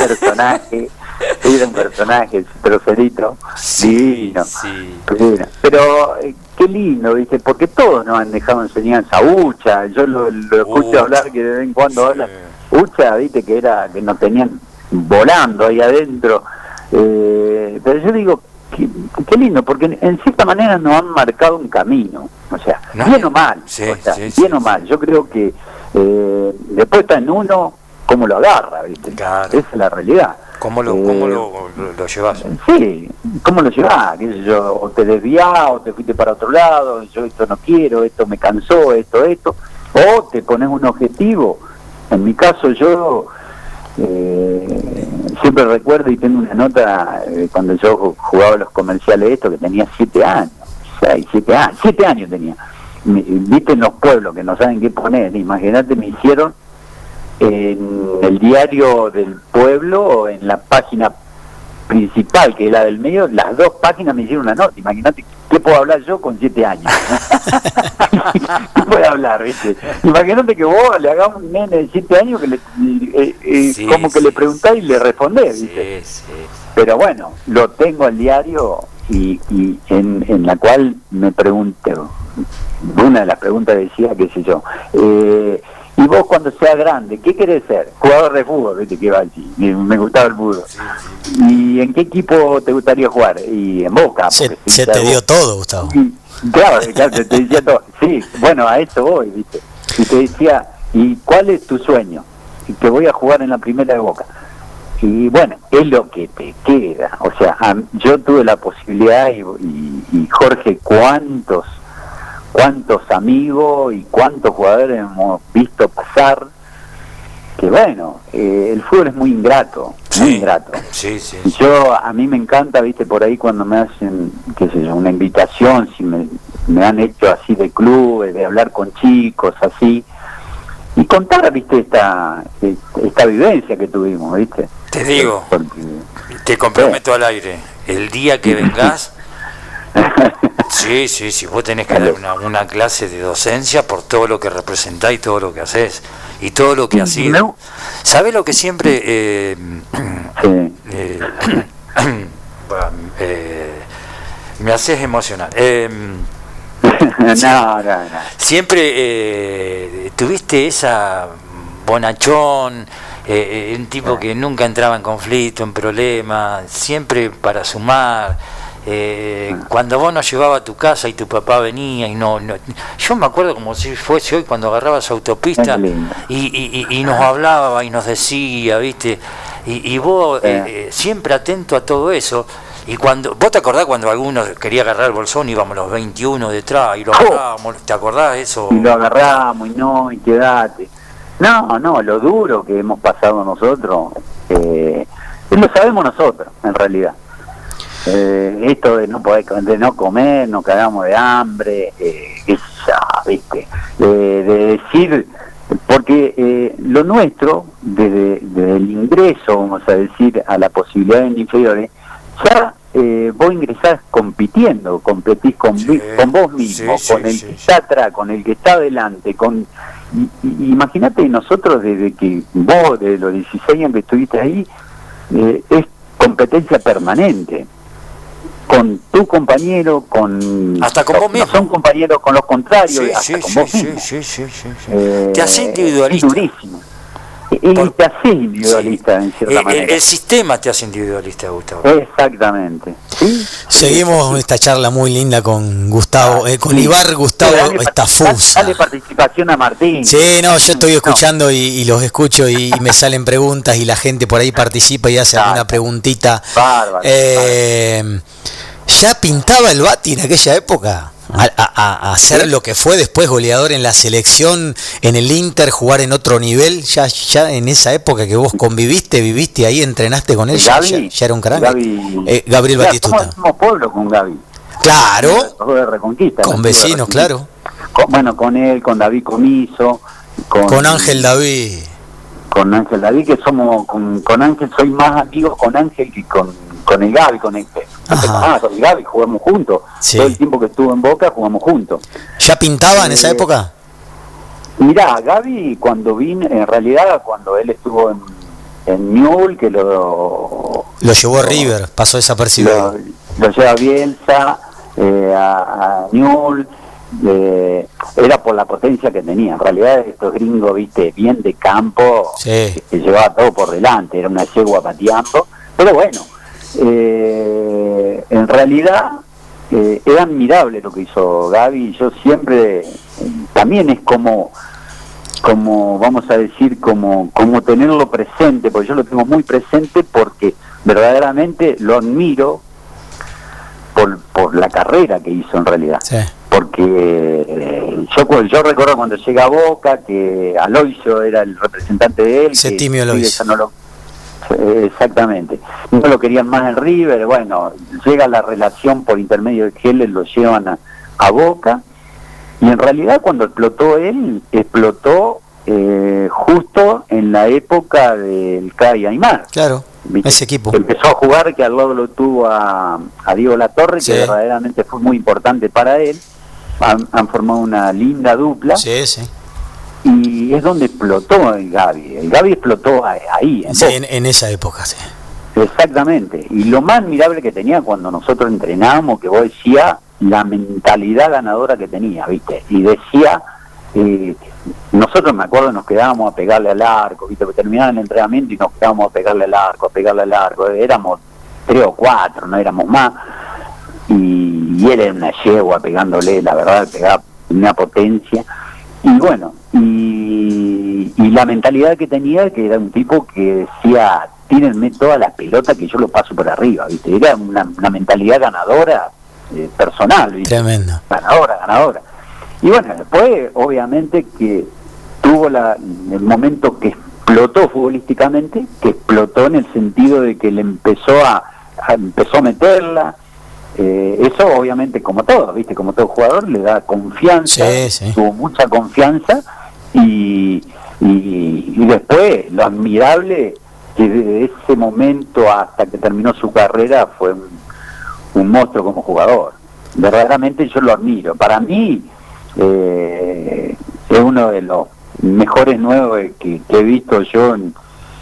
personaje, Trocerito, divino. Sí. Pero qué lindo, ¿viste? Porque todos nos han dejado enseñanza. Ucha, yo lo escucho hablar, que de vez en cuando habla. Ucha, ¿viste? Que nos tenían volando ahí adentro. Pero yo digo, qué lindo, porque en cierta manera nos han marcado un camino. O sea, bien o mal. Bien o mal. Yo creo que después está en uno cómo lo agarra, ¿viste? Claro. Esa es la realidad. ¿Cómo lo llevas? Sí, ¿cómo lo llevas? ¿Qué sé yo? O te desviás, o te fuiste para otro lado, yo esto no quiero, esto me cansó, esto, o te pones un objetivo. En mi caso yo siempre recuerdo y tengo una nota cuando yo jugaba los comerciales que tenía 7 años, 7 años tenía. Viste en los pueblos que no saben qué poner, imagínate, me hicieron en el diario del pueblo, en la página principal, que es la del medio, las 2 páginas me hicieron una nota. Imagínate, ¿qué puedo hablar yo con 7 años? ¿Qué puedo hablar, viste? Imagínate que vos le hagas un nene de 7 años que le preguntás y le respondés, ¿viste? Sí. Pero bueno, lo tengo al diario y en la cual me pregunto, una de las preguntas decía, qué sé yo, y vos cuando seas grande, ¿qué querés ser? Jugador de fútbol, ¿viste? Que va allí. Me gustaba el fútbol. Sí. ¿Y en qué equipo te gustaría jugar? Y en Boca. Se te dio todo, Gustavo. Claro, te decía todo. Sí, bueno, a eso voy, ¿viste? Y te decía, ¿y cuál es tu sueño? Y que voy a jugar en la primera de Boca. Y bueno, es lo que te queda. O sea, yo tuve la posibilidad y Jorge, ¿cuántos amigos y cuántos jugadores hemos visto pasar? Que bueno, el fútbol es muy ingrato, muy ingrato. Sí. A mí me encanta, viste, por ahí cuando me hacen, qué sé yo, una invitación, si me han hecho así de clubes, de hablar con chicos, así, y contar, viste, esta vivencia que tuvimos, viste. Te digo, te comprometo al aire, el día que vengas, sí, vos tenés que dar una clase de docencia por todo lo que representás y todo lo que haces y todo lo que has sido. ¿Sabés lo que siempre me haces emocionar? No. Siempre tuviste esa bonachón, un tipo que nunca entraba en conflicto, en problemas, siempre para sumar. Cuando vos nos llevabas a tu casa y tu papá venía y no, yo me acuerdo como si fuese hoy cuando agarrabas autopista y nos hablaba y nos decía, viste, y vos siempre atento a todo eso. Y cuando vos te acordás cuando alguno quería agarrar el bolsón, íbamos los 21 detrás y lo agarrábamos, ¿te acordás de eso? Y lo agarramos y quedate. No, lo duro que hemos pasado nosotros, lo sabemos nosotros, en realidad. Esto de no comer, nos cagamos de hambre, ¿viste? De decir, porque lo nuestro, desde el ingreso, vamos a decir, a la posibilidad de inferiores, ya vos ingresás compitiendo, competís con vos mismo, con el que está atrás, con el que está adelante, imagínate nosotros desde que vos, de los 16 años que estuviste ahí, es competencia permanente con tu compañero, hasta con vos mismo. No son compañeros con los contrarios, hasta con vos mismo. Te haces individualista. Es durísimo. Y te haces individualista en cierta manera. El sistema te hace individualista, Gustavo. Exactamente. ¿Sí? Seguimos esta charla muy linda con Gustavo, con Ibar Gustavo Estafusa. Dale participación a Martín. Sí, no, yo estoy escuchando y los escucho y me salen preguntas y la gente por ahí participa y hace alguna preguntita. Bárbaro. ¿Ya pintaba el Bati en aquella época? A hacer lo que fue después goleador en la selección, en el Inter, jugar en otro nivel, ya en esa época que vos viviste ahí, entrenaste con él, ya era un crack. Gabriel Batistuta. Somos pueblo con Gaby. Claro. De Reconquista. Con vecinos, claro. Con él, con David Comiso. Con Ángel David. Con Ángel David, que somos, con Ángel soy más amigos con Ángel que con el Gaby, con el Gaby jugamos juntos. Sí. Todo el tiempo que estuvo en Boca jugamos juntos. ¿Ya pintaba en esa época? Mirá, Gaby cuando vino, en realidad cuando él estuvo en Newell, que lo llevó a River, pasó desapercibido. Lo lleva a Bielsa, a Newell, era por la potencia que tenía. En realidad estos gringos, viste, bien de campo, que llevaba todo por delante, era una yegua pateando, pero bueno. En realidad era admirable lo que hizo Gaby. Yo siempre también es como vamos a decir como tenerlo presente, porque yo lo tengo muy presente porque verdaderamente lo admiro por la carrera que hizo en realidad. Porque yo recuerdo cuando llega a Boca que Aloisio era el representante de él, Septimio Aloisio. Exactamente, no lo querían más en River. Bueno, llega la relación por intermedio de Keller, lo llevan a Boca, y en realidad cuando explotó él, explotó justo en la época del CAI Aymar. Claro, ¿viste? Ese equipo empezó a jugar, que al lado lo tuvo a Diego Latorre, que verdaderamente fue muy importante para él. Han formado una linda dupla. Y es donde explotó el Gaby. El Gaby explotó ahí. En esa época, sí. Exactamente. Y lo más admirable que tenía cuando nosotros entrenábamos, que vos decías, la mentalidad ganadora que tenía, ¿viste? Y decía, nosotros me acuerdo nos quedábamos a pegarle al arco, ¿viste? Porque terminaba el entrenamiento y nos quedábamos a pegarle al arco. Éramos 3 o 4, no éramos más. Y él era una yegua pegándole, la verdad, pegaba una potencia. Y bueno, y la mentalidad que tenía, que era un tipo que decía, tírenme todas las pelotas que yo lo paso por arriba, ¿viste? Era una mentalidad ganadora, personal, ¿viste? Tremendo. Ganadora. Y bueno, después, obviamente, que tuvo el momento que explotó futbolísticamente, que explotó en el sentido de que le empezó a meterla. Eso obviamente como todo, ¿viste? Como todo jugador le da confianza, tuvo mucha confianza y después lo admirable que desde ese momento hasta que terminó su carrera fue un monstruo como jugador. Verdaderamente yo lo admiro. Para mí es uno de los mejores 9 que he visto yo en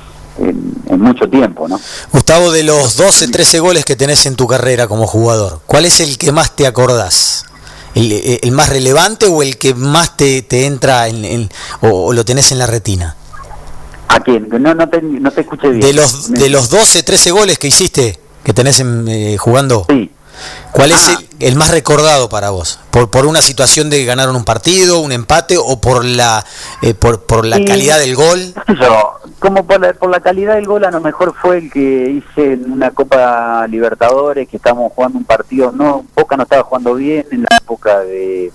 mucho tiempo, ¿no? Gustavo, de los 12, 13 goles que tenés en tu carrera como jugador, ¿cuál es el que más te acordás? ¿El más relevante o el que más te entra o lo tenés en la retina? ¿A quién? No te escuché bien. De los 12, 13 goles que hiciste, que tenés jugando, sí. ¿Cuál es el más recordado para vos? ¿Por una situación de ganaron un partido, un empate, o por la calidad del gol? Como por la calidad del gol, a lo mejor fue el que hice en una Copa Libertadores, que estábamos jugando un partido, Boca no estaba jugando bien en la época del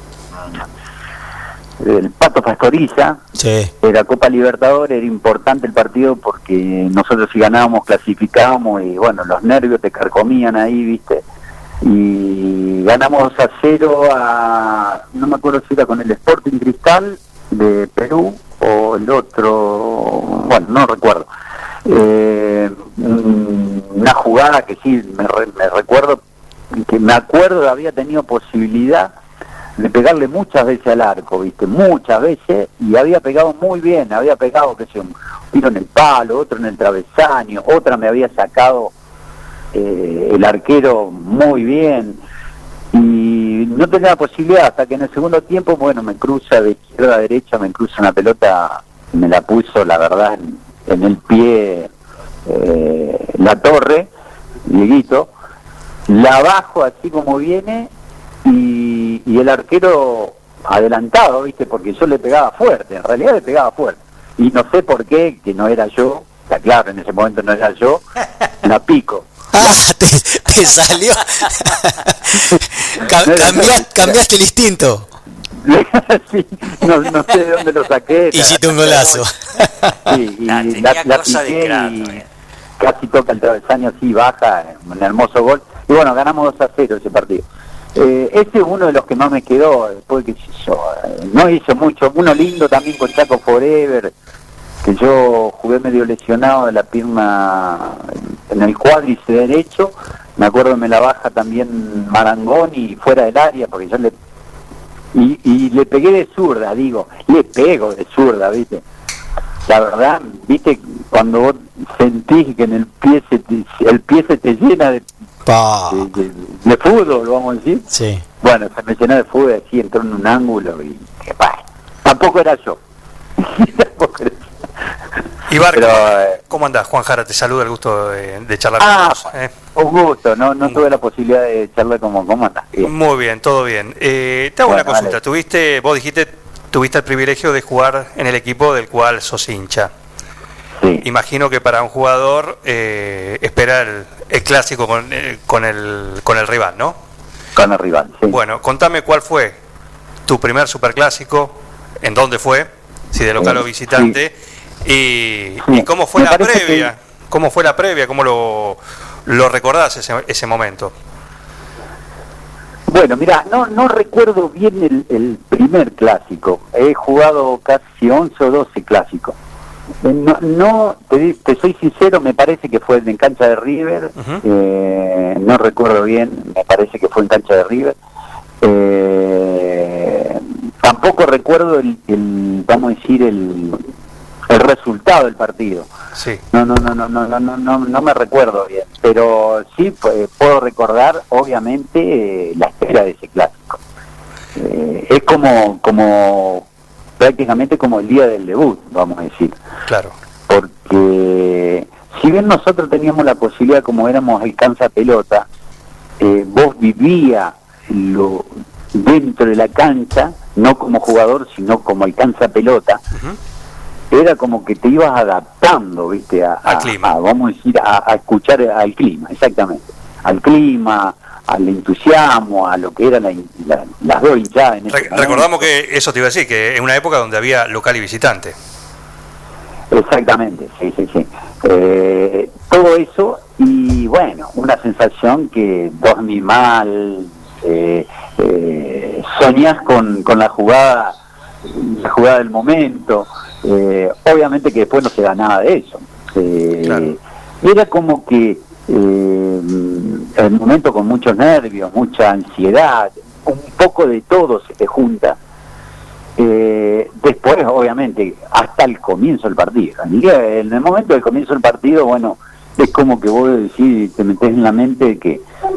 Pato Pastoriza. Era Copa Libertadores, era importante el partido porque nosotros si ganábamos clasificábamos y bueno, los nervios te carcomían ahí, ¿viste? Y ganamos 2-0 no me acuerdo si era con el Sporting Cristal de Perú o el otro, bueno, no recuerdo. Una jugada que sí, me recuerdo, que me acuerdo había tenido posibilidad de pegarle muchas veces al arco, ¿viste? Muchas veces, y había pegado muy bien, había pegado, qué sé, un tiro en el palo, otro en el travesaño, otra me había sacado el arquero muy bien, y no tenía posibilidad, hasta que en el segundo tiempo, bueno, me cruza de izquierda a derecha, me cruza una pelota, me la puso, la verdad, en el pie La Torre, Dieguito, la bajo así como viene, y el arquero adelantado, ¿viste? Porque yo le pegaba fuerte, en realidad le pegaba fuerte, y no sé por qué, que no era yo, está claro, en ese momento no era yo, la pico. Te salió. Cambiaste el instinto. Sí, no sé de dónde lo saqué. Hiciste un golazo. Sí, y la piqué y casi toca el travesaño, así baja, un hermoso gol. Y bueno, ganamos 2-0 ese partido. Ese es uno de los que más me quedó, después que yo no hice mucho. Uno lindo también con Chaco Forever, que yo jugué medio lesionado de la pierna en el cuádriceps derecho. Me acuerdo que me la baja también Marangoni fuera del área, porque yo le pegué de zurda, le pego de zurda, ¿viste? La verdad, ¿viste? Cuando vos sentís que en el pie se te llena de fútbol, vamos a decir. Sí. Bueno, se me llenó de fútbol, así entró en un ángulo y tampoco era yo. Tampoco era yo. Ibar, ¿cómo andás? Juan Jara te saluda, el gusto de charlar con vos. Un gusto, no tuve la posibilidad de charlar ¿cómo andás? Bien. Muy bien, todo bien. Te hago una consulta, vos dijiste, tuviste el privilegio de jugar en el equipo del cual sos hincha. Sí. Imagino que para un jugador esperar el clásico con el rival, ¿no? Con el rival, sí. Bueno, contame cuál fue tu primer superclásico, en dónde fue, si de local o visitante, sí. Y cómo fue la previa, cómo fue la previa, cómo lo recordás ese momento. Bueno, mira, no recuerdo bien el primer clásico. He jugado casi 11 o 12 clásicos. Te soy sincero, me parece que fue en cancha de River. Uh-huh. No recuerdo bien, me parece que fue en cancha de River. Tampoco recuerdo vamos a decir el resultado del partido. Sí. No me recuerdo bien, pero sí puedo recordar obviamente la espera de ese clásico. Es como prácticamente como el día del debut, vamos a decir. Claro. Porque si bien nosotros teníamos la posibilidad, como éramos el cansa pelota, vos vivías dentro de la cancha, no como jugador, sino como el cansa pelota. Uh-huh. Era como que te ibas adaptando, ¿viste? Al clima. Vamos a decir, a escuchar al clima, exactamente. Al clima, al entusiasmo, a lo que eran las dos hinchadas. Recordamos que eso te iba a decir, que en una época donde había local y visitante. Exactamente, sí. Todo eso, y bueno, una sensación que dormí mal, soñás con la jugada del momento. Obviamente que después no se da nada de eso. Claro. Era como que el momento con muchos nervios, mucha ansiedad, un poco de todo se te junta. Después, obviamente, hasta el comienzo del partido. En el momento del comienzo del partido, bueno, es como que vos decís, te metés en la mente que,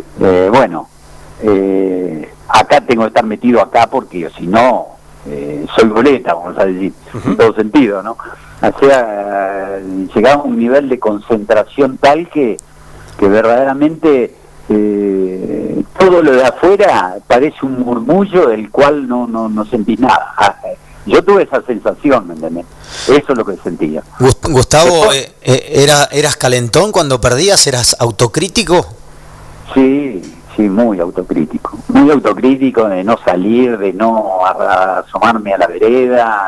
acá tengo que estar metido acá porque si no, soy boleta, vamos a decir, uh-huh. En todo sentido, ¿no? O sea, llegaba a un nivel de concentración tal que verdaderamente todo lo de afuera parece un murmullo del cual no sentís nada. Yo tuve esa sensación, ¿me entendés? Eso es lo que sentía. Gustavo, ¿eras calentón cuando perdías? ¿Eras autocrítico? Sí, muy autocrítico de no salir, de no asomarme a la vereda,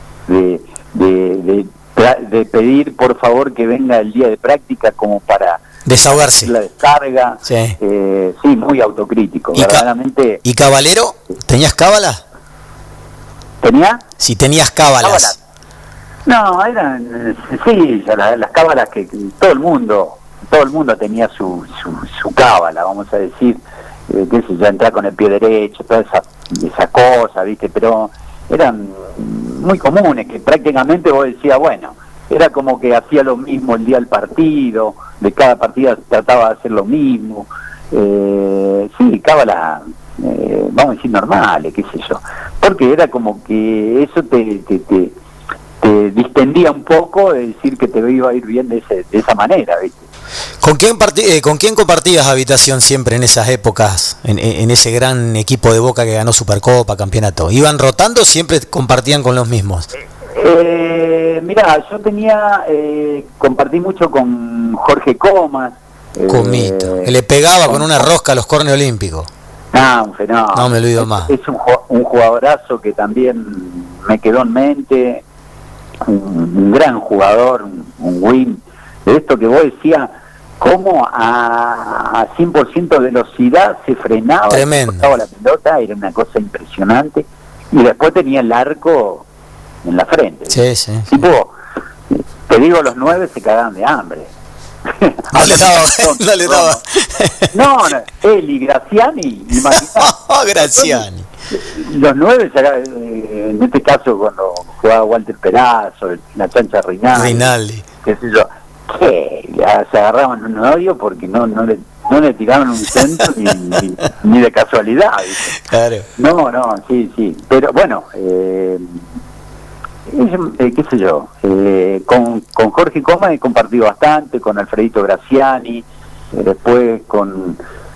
de pedir por favor que venga el día de práctica como para desahogarse, la descarga. Sí, muy autocrítico, verdaderamente. ¿Y cabalero? ¿Tenías cábala? ¿Tenía? Si tenías cábalas. No, eran, sí, las cábalas que todo el mundo tenía su cábala, vamos a decir, qué sé yo, entrar con el pie derecho, toda esa cosa, ¿viste? Pero eran muy comunes, que prácticamente vos decías, bueno, era como que hacía lo mismo el día del partido, de cada partida trataba de hacer lo mismo, sí, cábala, vamos a decir normales, qué sé yo, porque era como que eso te distendía un poco de decir que te iba a ir bien de esa manera, ¿viste? ¿Con quién compartías habitación siempre en esas épocas, en ese gran equipo de Boca que ganó Supercopa, campeonato? ¿Iban rotando o siempre compartían con los mismos? Mirá, yo compartí mucho con Jorge Comas. Comito, que le pegaba con una rosca a los cornes olímpicos. Un fenómeno. No me olvido más. Es un jugadorazo que también me quedó en mente, un gran jugador, un win, de esto que vos decías, cómo a 100% velocidad se frenaba, tremendo, se cortaba la pelota, era una cosa impresionante, y después tenía el arco en la frente. Sí. Tipo, te digo, los 9 se cagaban de hambre. No le daba. No, Eli, Graziani, imagínate. Graziani. Los 9, en este caso cuando jugaba Walter Perazo, la chancha Rinaldi, qué sé yo, que se agarraban un odio porque no le tiraban un centro ni de casualidad, ¿viste? Claro. No, sí, pero bueno, qué sé yo, con Jorge Coma he compartido bastante, con Alfredito Graziani, después con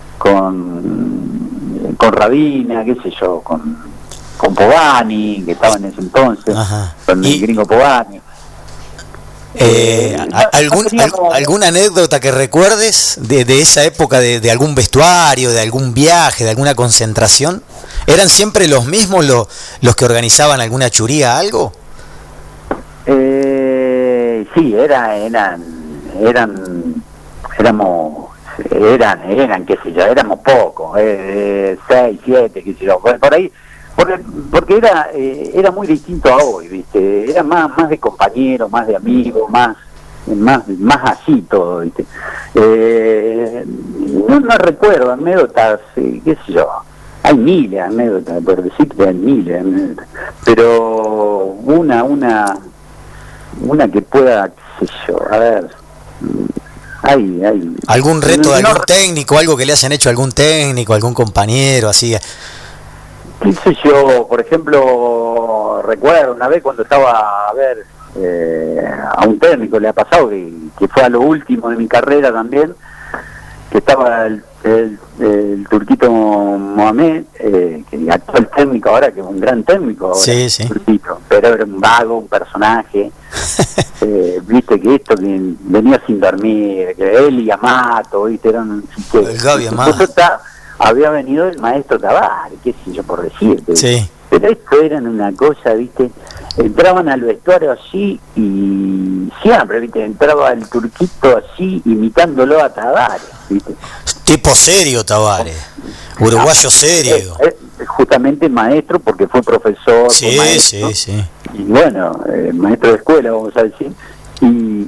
Rabina, qué sé yo, con Pogani, que estaba en ese entonces. Ajá. Con el gringo Pogani. ¿Alguna anécdota que recuerdes de esa época, de algún vestuario, de algún viaje, de alguna concentración? ¿Eran siempre los mismos los que organizaban alguna churía, algo? Sí, eran, qué sé yo, éramos pocos, 6, 7, qué sé yo, por ahí, porque era muy distinto a hoy, ¿viste? Era más de compañeros, más de amigos, más así todo, ¿viste? No recuerdo anécdotas, qué sé yo, hay miles de anécdotas, por decirte, hay miles de anécdotas, pero una que pueda, qué sé yo, a ver, hay algún reto de algún técnico, algo que le hayan hecho a algún técnico, algún compañero, así. ¿Qué sé yo? Por ejemplo, recuerdo una vez cuando estaba a un técnico le ha pasado que fue a lo último de mi carrera también, que estaba el turquito Mohamed, que actual técnico ahora, que es un gran técnico ahora, sí. Turquito, pero era un vago, un personaje, viste que esto que venía sin dormir, que él y Amato, viste, eran el Gaby Amato. Había venido el maestro Tavares, qué sé yo, por decirte. Sí. Pero esto eran una cosa, viste, entraban al vestuario así y siempre, viste, entraba el turquito así imitándolo a Tavares, viste. Tipo serio Tavares, uruguayo serio. Justamente maestro, porque fue profesor, sí, fue maestro, sí. Y bueno, maestro de escuela, vamos a decir, y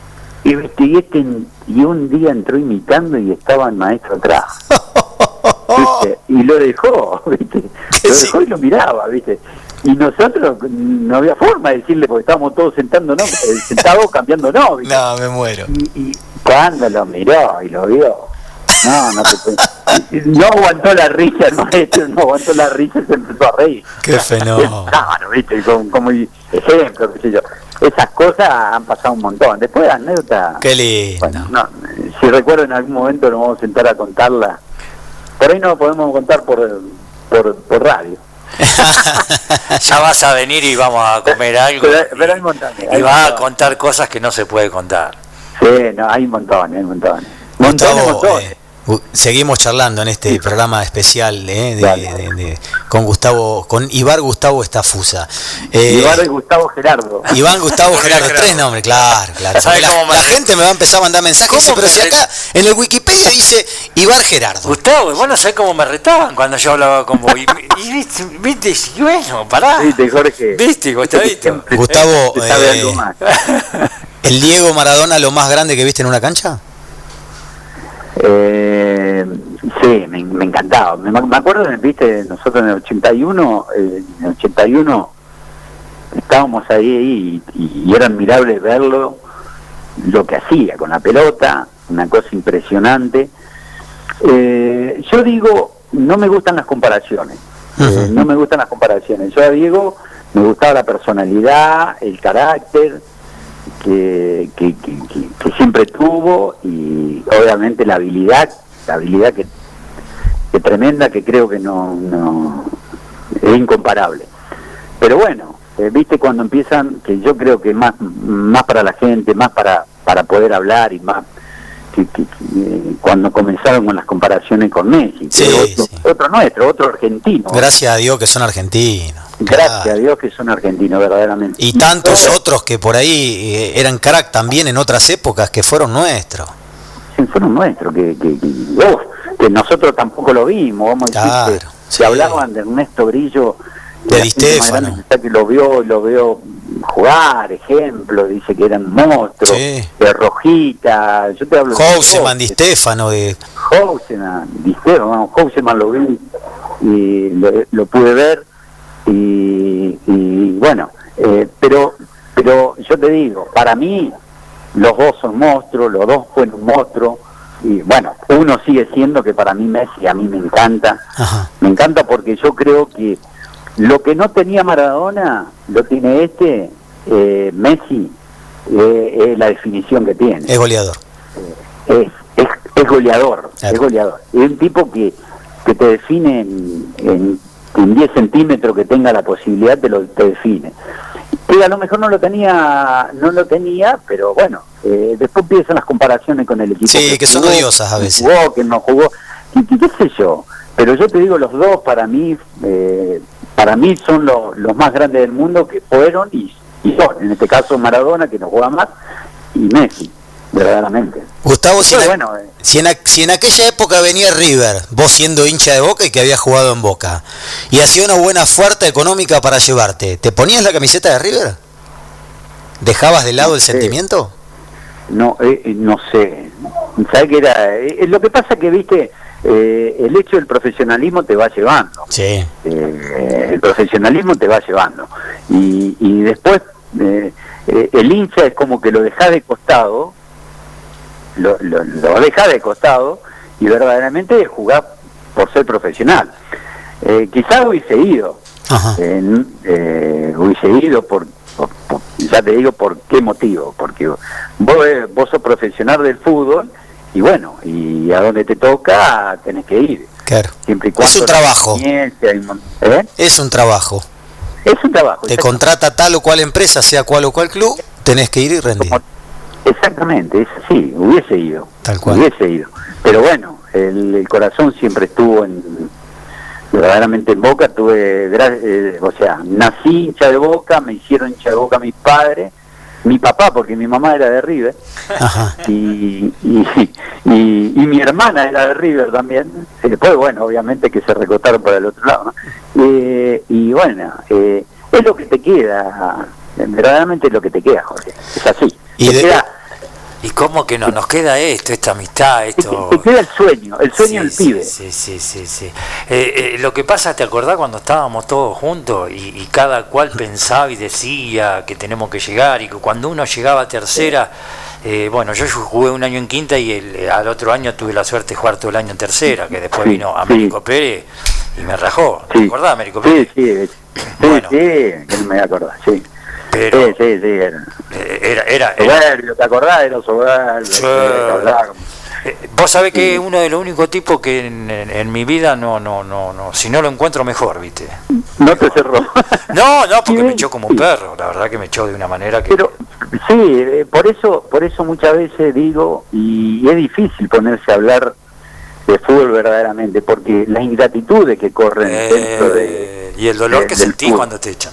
un día entró imitando y estaba el maestro atrás. ¿Viste? Y lo dejó, ¿viste? Lo dejó y lo miraba, ¿viste? Y nosotros no había forma de decirle, porque estábamos todos sentados cambiándonos, ¿viste? No, me muero. Y cuando lo miró y lo vio, no aguantó la risa el maestro, se empezó a reír. Qué fenómeno. Claro, ¿viste? Como ejemplo, qué sé yo. Esas cosas han pasado un montón. Después anécdotas. Qué lindo. Bueno, si recuerdo en algún momento nos vamos a sentar a contarla. Por ahí no lo podemos contar por radio. Ya vas a venir y vamos a comer algo. Pero hay montones. Y vas a contar cosas que no se puede contar. Sí, no, hay montones. Gustavo, Seguimos charlando en este programa especial con Gustavo, con Ibar Gustavo Estafusa. Ibar y Gustavo Gerardo. Iván Gustavo Gerardo, 3 nombres, claro. La gente me va a empezar a mandar mensajes, dice, pero si acá en el Wikipedia dice Ibar Gerardo. Gustavo, vos no sabés cómo me retaban cuando yo hablaba con vos. Y viste, y bueno, pará. Viste, Jorge. Viste, Gustavito. Gustavo, ¿el Diego Maradona lo más grande que viste en una cancha? Sí, me encantaba. Me acuerdo, viste, nosotros en el 81, estábamos ahí y era admirable verlo, lo que hacía con la pelota, una cosa impresionante. Yo digo, no me gustan las comparaciones. No me gustan las comparaciones. Yo a Diego me gustaba la personalidad, el carácter que siempre tuvo, y obviamente la habilidad que tremenda, que creo que no es incomparable. Pero bueno, viste, cuando empiezan, que yo creo que más para la gente, más para poder hablar, y más que cuando comenzaron con las comparaciones con Messi, otro argentino. Gracias a Dios que son argentinos. Gracias a Dios que son argentinos, verdaderamente. Y tantos otros que por ahí eran crack también en otras épocas, que fueron nuestros. Sí, fueron nuestros, que nosotros tampoco lo vimos, vamos a decir, se hablaban de Ernesto Grillo, de Di Stéfano, que lo vio jugar, ejemplo, dice que eran monstruos, de Rojita, yo te hablo Houseman, Di Stéfano, Houseman lo vi y lo pude ver, y bueno, pero yo te digo, para mí los dos son monstruos, los dos fueron monstruos, y bueno, uno sigue siendo, que para mí Messi, a mí me encanta. Ajá. Me encanta porque yo creo que lo que no tenía Maradona lo tiene Messi, es la definición que tiene. Es goleador. Es goleador, claro. Es goleador. Es un tipo que te define en 10 centímetros, que tenga la posibilidad, te define. Que a lo mejor no lo tenía, pero bueno, después empiezan las comparaciones con el equipo. Sí, que son odiosas a veces. Jugó, que no jugó, qué sé yo. Pero yo te digo, los dos para mí son los más grandes del mundo, que fueron y son. En este caso Maradona, que no juega más, y Messi, verdaderamente. Gustavo, si en aquella época venía River, vos siendo hincha de Boca y que habías jugado en Boca, y hacía una buena oferta económica para llevarte, ¿te ponías la camiseta de River? ¿Dejabas de lado el sentimiento? No sé. ¿Sabes qué era? Lo que pasa que, viste, el hecho del profesionalismo te va llevando. Sí. El profesionalismo te va llevando. Y después el hincha es como que lo dejás de costado, lo dejás de costado, y verdaderamente jugás por ser profesional. Quizás hubiese ido. Hubiese ido por ya te digo por qué motivo, porque vos sos profesional del fútbol, y bueno, y a donde te toca tenés que ir. Claro. Siempre y cuando es un trabajo. Es un trabajo. Te contrata tal o cual empresa, sea cual o cual club, tenés que ir y rendir. Exactamente, sí, hubiese ido. Tal cual. Hubiese ido. Pero bueno, el corazón siempre estuvo verdaderamente en Boca. Nací hincha de Boca, me hicieron hincha de Boca mis padres, mi papá, porque mi mamá era de River. Ajá. Y mi hermana era de River también. Después, bueno, obviamente que se recostaron para el otro lado, ¿no? Y bueno, es lo que te queda, verdaderamente es lo que te queda, Jorge. Es así. ¿Y cómo que no nos queda esta amistad, esto? Te queda el sueño del pibe. Sí. Lo que pasa, ¿te acordás cuando estábamos todos juntos y cada cual pensaba y decía que tenemos que llegar, y que cuando uno llegaba a tercera, bueno, yo jugué un año en quinta y al otro año tuve la suerte de jugar todo el año en tercera, que después vino Américo Pérez y me rajó. ¿Te acordás, Américo Pérez? Sí, bueno. que no me voy a acordar, sí. Pero era soberbio, ¿te acordás? Era soberbio. Vos sabés que es uno de los únicos tipos que en mi vida no, si no lo encuentro mejor, ¿viste? No te cerró. No, porque me echó como un perro, la verdad que me echó de una manera que... Pero sí, por eso muchas veces digo, y es difícil ponerse a hablar de fútbol verdaderamente, porque las ingratitudes que corren dentro de... Y el dolor que sentís fútbol. cuando te echan.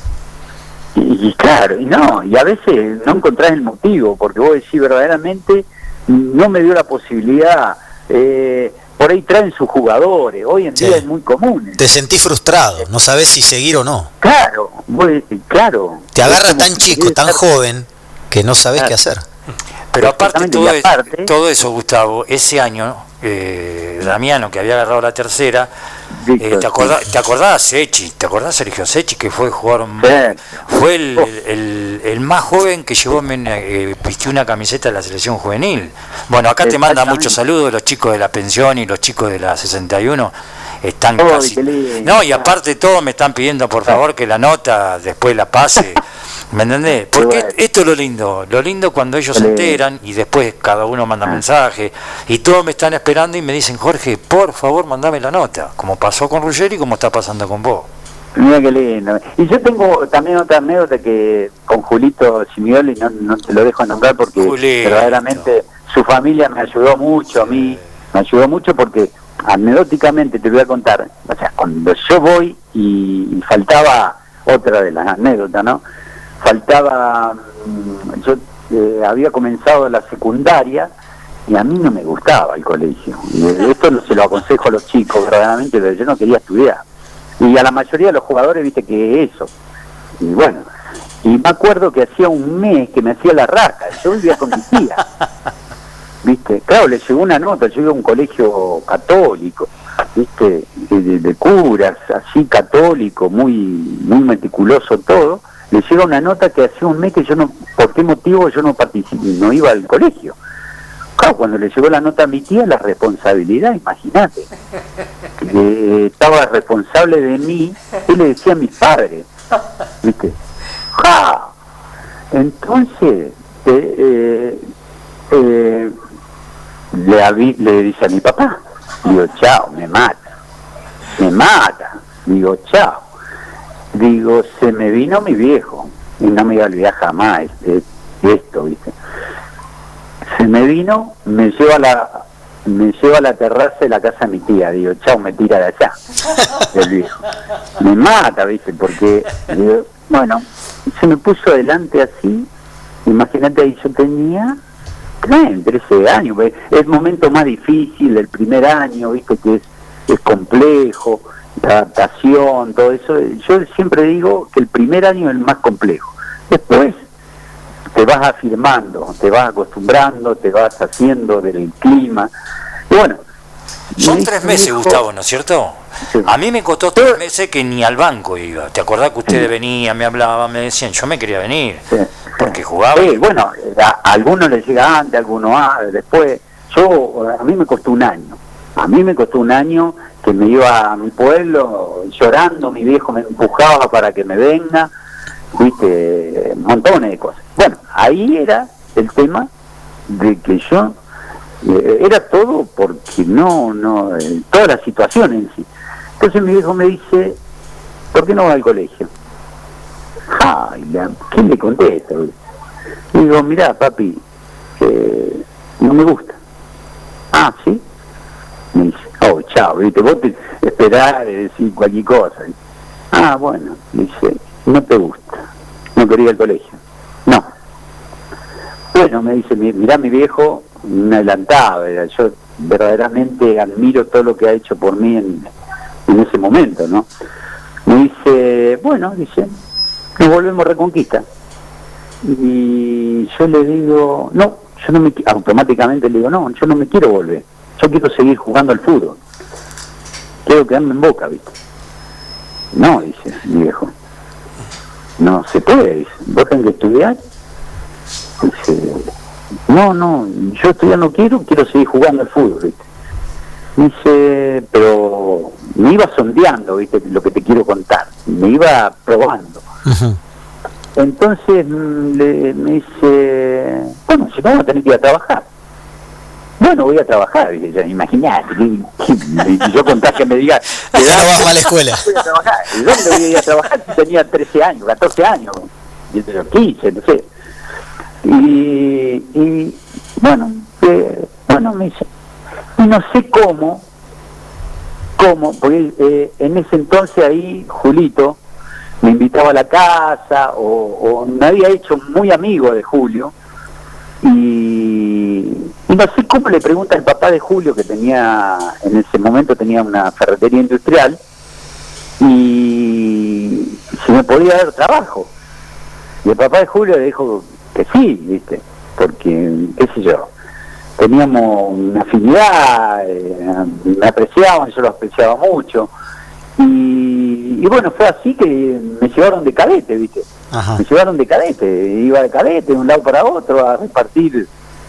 Y claro, y a veces no encontrás el motivo, porque vos decís verdaderamente, no me dio la posibilidad, por ahí traen sus jugadores, hoy en día es muy común. Te sentís frustrado, no sabés si seguir o no. Claro, claro. Te agarra tan chico, tan joven, que no sabés qué hacer. Pero aparte todo eso, Gustavo, ese año, Damiano, que había agarrado la tercera, ¿te acordás Sechi? ¿Te acordás Sergio Sechi, que fue jugador, fue el más joven que vistió una camiseta de la selección juvenil? Bueno, acá te mandan muchos saludos los chicos de la pensión y los chicos de la 61. Están casi... No, y aparte todos me están pidiendo por favor que la nota después la pase. ¿Me entendés? Porque esto es lo lindo cuando ellos se enteran y después cada uno manda mensaje y todos me están esperando y me dicen, Jorge, por favor mandame la nota, como pasó con Ruggeri y como está pasando con vos. Mira qué lindo. Y yo tengo también otra anécdota que con Julito Simioli, no te lo dejo nombrar porque Julito, verdaderamente su familia me ayudó mucho a mí, me ayudó mucho porque anecdóticamente te voy a contar, o sea, cuando yo voy y faltaba otra de las anécdotas, ¿no? Faltaba, yo había comenzado la secundaria y a mí no me gustaba el colegio. Y esto no se lo aconsejo a los chicos, verdaderamente, pero yo no quería estudiar. Y a la mayoría de los jugadores, viste que eso. Y bueno, y me acuerdo que hacía un mes que me hacía la raca, yo vivía con mi tía. ¿Viste? Claro, le llegó una nota, yo iba a un colegio católico, ¿viste? De curas, así católico, muy meticuloso todo. Le llega una nota que hacía un mes que yo no, por qué motivo yo no participé, no iba al colegio. Claro, cuando le llegó la nota a mi tía, la responsabilidad, imagínate. Estaba responsable de mí, y le decía a mis padres, ¿viste? ¡Ja! Entonces, le dice a mi papá, digo, chao, me mata, digo, chao. Digo, se me vino mi viejo, y no me iba a olvidar jamás esto, ¿viste? Se me vino, me lleva a la terraza de la casa de mi tía, digo, chao, me tira de allá, el viejo. Me mata, ¿viste? Porque, digo, bueno, se me puso adelante así, imagínate, ahí yo tenía 13 años, es el momento más difícil, el primer año, ¿viste? Que es complejo, la adaptación, todo eso. Yo siempre digo que el primer año es el más complejo. Después te vas afirmando, te vas acostumbrando, te vas haciendo del clima. Y bueno, son 3 meses, Gustavo, ¿no es cierto? Sí. A mí me costó 3 meses que ni al banco iba. ¿Te acordás que ustedes venían, me hablaban, me decían, yo me quería venir? Sí. Porque jugaba. Bueno, a algunos les llega antes, a algunos después. A mí me costó un año. A mí me costó un año que me iba a mi pueblo llorando, mi viejo me empujaba para que me venga, viste, montones de cosas. Bueno, ahí era el tema de que yo, era todo porque toda la situación en sí. Entonces mi viejo me dice, ¿por qué no va al colegio? Ay, ¿quién le contesta? Y digo, mirá, papi, no me gusta. Ah, ¿sí? Me dice, oh, chao, ¿viste? Vos te esperás de decir cualquier cosa. Ah, bueno, dice, no te gusta, no quería el colegio. No. Bueno, me dice, mirá, mi viejo, un adelantado, yo verdaderamente admiro todo lo que ha hecho por mí en ese momento, ¿no? Me dice, bueno, dice, nos volvemos Reconquista. Y yo le digo, no, yo no me, automáticamente le digo, no, yo no me quiero volver, yo quiero seguir jugando al fútbol, quiero quedarme en Boca, ¿viste? No, dice mi viejo, no se puede, dice, vos tenés que estudiar. Dice, no, yo estudiar no quiero seguir jugando al fútbol, ¿viste? Dice, pero me iba sondeando, ¿viste? Lo que te quiero contar, me iba probando. Uh-huh. Entonces me dice, bueno, si no, vamos a tener que ir a trabajar. Bueno, voy a trabajar, ya imaginate, y yo contar que me diga, no vas a la escuela. Voy a trabajar. ¿Y dónde voy a ir a trabajar si tenía 13 años, 14 años, 15, no sé? Y bueno, me dice, y no sé cómo, cómo, porque en ese entonces ahí Julito me invitaba a la casa o me había hecho muy amigo de Julio y no sé cómo le pregunta el papá de Julio, que tenía en ese momento tenía una ferretería industrial, y si me podía dar trabajo. Y el papá de Julio le dijo que sí, ¿viste? Porque, qué sé yo, teníamos una afinidad, me apreciaban, yo lo apreciaba mucho. Y bueno, fue así que me llevaron de cadete, ¿viste? Ajá. Me llevaron de cadete, iba de cadete de un lado para otro a repartir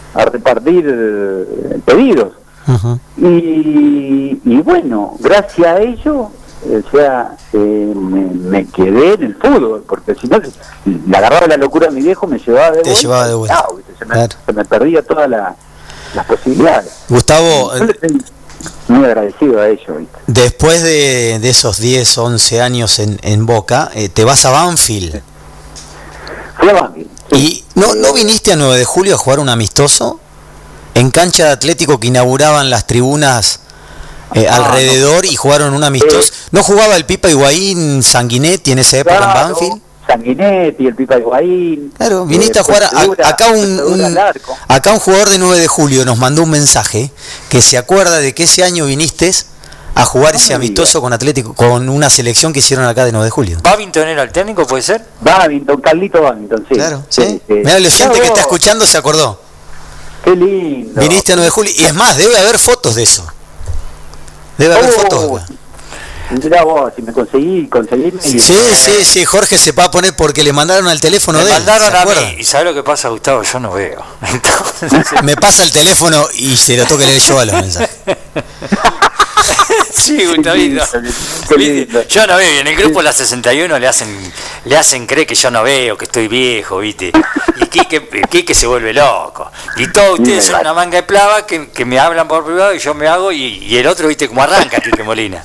pedidos. Ajá. Y bueno, gracias a ello, o sea, me quedé en el fútbol, porque si no, le agarraba la locura a mi viejo, me llevaba de vuelta. Te llevaba de vuelta. Se me perdía todas las posibilidades. Gustavo, muy agradecido a ellos. ¿Viste? Después de esos 10, 11 años en Boca, te vas a Banfield. Fui a Banfield. Sí. ¿Y no viniste a 9 de julio a jugar un amistoso? En cancha de Atlético, que inauguraban las tribunas alrededor, y jugaron un amistoso. ¿No jugaba el Pipa Higuaín, Sanguinetti en esa época en Banfield? Sanguinetti, el Pipa Higuaín. Claro, viniste a jugar. Acá un jugador de 9 de julio nos mandó un mensaje que se acuerda de que ese año viniste a jugar ese amistoso con Atlético, con una selección que hicieron acá de 9 de julio. ¿Babington era el técnico, puede ser? Babington, Carlito Babington, sí. Claro, sí. Mirá, el oyente que está escuchando se acordó. Qué lindo. Viniste a 9 de julio, y es más, debe haber fotos de eso. Debe haber fotos. Mirá vos, si me conseguí. Sí, Jorge se va a poner porque le mandaron al teléfono de él. Me mandaron a mí, y ¿sabes lo que pasa, Gustavo? Yo no veo. Entonces... Me pasa el teléfono y se lo tengo que leer yo a los mensajes. Sí, Gustavito. Yo no veo, y en el grupo la 61 le hacen creer que yo no veo, que estoy viejo, ¿viste? Y Quique se vuelve loco. Y todos ustedes son una manga de plava que me hablan por privado y yo me hago, y el otro, ¿viste? Como arranca Quique Molina.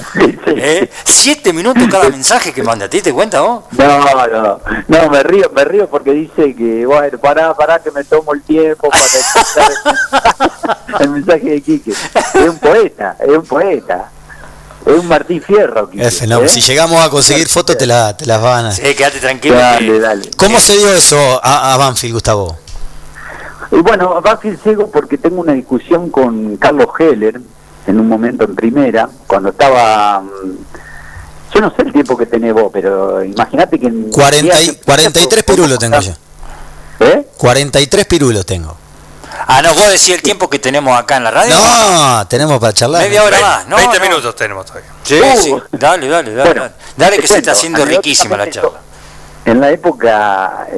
7 minutos cada mensaje que manda, ¿te cuenta vos? No, me río porque dice que, bueno, pará que me tomo el tiempo para escuchar el mensaje de Quique. Es un poeta. Es un Martín Fierro. Quique, no, si llegamos a conseguir fotos te las van a... Sí, quédate tranquilo. Dale. ¿Cómo se dio eso a Banfield, Gustavo? Y bueno, a Banfield llego porque tengo una discusión con Carlos Heller, en un momento en primera, cuando estaba... Yo no sé el tiempo que tenés vos, pero imagínate que... 43 pirulos tengo yo. 43 pirulos tengo. Ah, no, vos decís el tiempo que tenemos acá en la radio. No, tenemos para charlar. Media hora más, ¿no? 20 minutos tenemos todavía. Sí. Dale. Bueno, dale que se está haciendo riquísima la charla. En la época...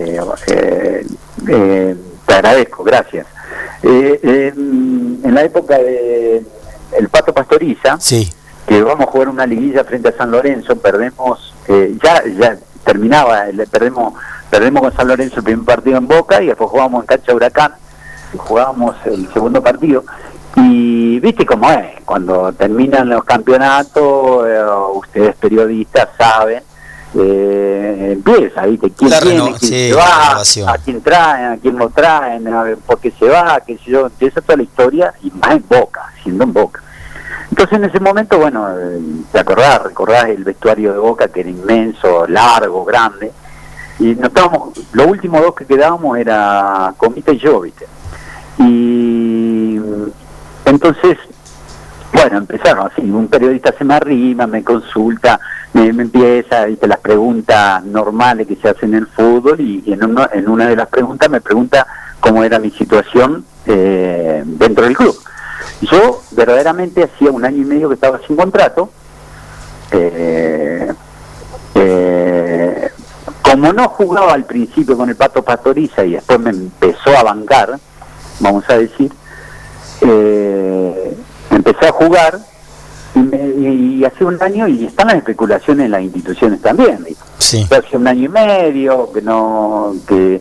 te agradezco, gracias. En la época de el Pato Pastoriza, sí, que vamos a jugar una liguilla frente a San Lorenzo, perdemos, ya terminaba, perdemos con San Lorenzo el primer partido en Boca, y después jugábamos en cancha Huracán, y jugábamos el segundo partido, y viste cómo es, cuando terminan los campeonatos, ustedes periodistas saben, empieza, ¿viste? ¿Quién viene? ¿Quién se va? ¿A quién traen? ¿A quién lo traen? A ver, ¿por qué se va? ¿Qué sé yo? Empieza toda la historia, y más en Boca, siendo en Boca. Entonces en ese momento, bueno, te recordás el vestuario de Boca, que era inmenso, largo, grande, y nos estábamos, los últimos dos que quedábamos era Comita y yo, ¿viste? Y entonces, bueno, empezaron así, un periodista se me arrima, me consulta, me empieza, ¿viste? Las preguntas normales que se hacen en el fútbol, y en una de las preguntas me pregunta cómo era mi situación dentro del club. Yo verdaderamente hacía 1 año y medio que estaba sin contrato, como no jugaba al principio con el Pato Pastoriza y después me empezó a bancar, vamos a decir, empecé a jugar y hace 1 año, y están las especulaciones en las instituciones también, ¿viste? Sí. Hace 1 año y medio que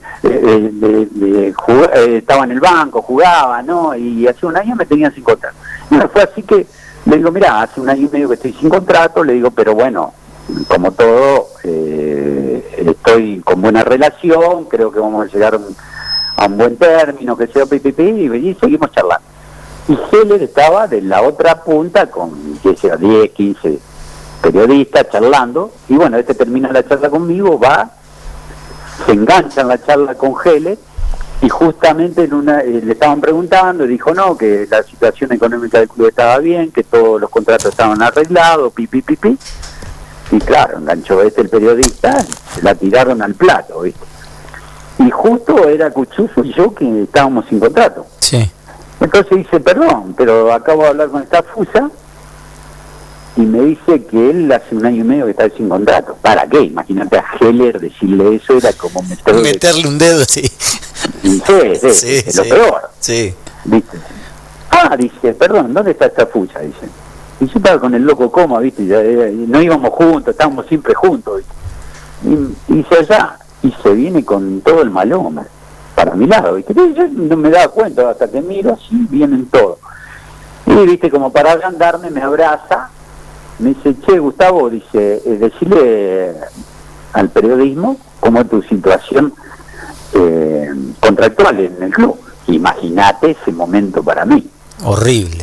estaba en el banco, jugaba, ¿no? Y hace 1 año me tenían sin contrato. Y fue así que le digo, mirá, hace 1 año y medio que estoy sin contrato, le digo, pero bueno, como todo, estoy con buena relación, creo que vamos a llegar a un buen término, que sea pipipi, y seguimos charlando. Y Heller estaba de la otra punta con, qué sé, 10, 15 periodistas charlando, y bueno, termina la charla conmigo, va, se engancha en la charla con Heller, y justamente le estaban preguntando, y dijo no, que la situación económica del club estaba bien, que todos los contratos estaban arreglados, pi. Y claro, enganchó el periodista, se la tiraron al plato, ¿viste? Y justo era Cuchufo y yo que estábamos sin contrato. Sí. Entonces dice, perdón, pero acabo de hablar con esta fusa y me dice que él hace 1 año y medio que está sin contrato. ¿Para qué? Imagínate a Heller decirle eso, era como meterle un dedo, sí. Sí, es lo peor. Sí. ¿Viste? Dice, perdón, ¿dónde está esta fusa? Dice. Y yo estaba con el loco Coma, ¿viste? No íbamos juntos, estábamos siempre juntos, ¿viste? Y dice allá, y se viene con todo el malón para mi lado, ¿viste? Yo no me daba cuenta, hasta que miro así, vienen todos. Y, ¿viste? Como para agrandarme, me abraza, me dice, che, Gustavo, dice, decirle al periodismo cómo es tu situación contractual en el club. Imagínate ese momento para mí. Horrible.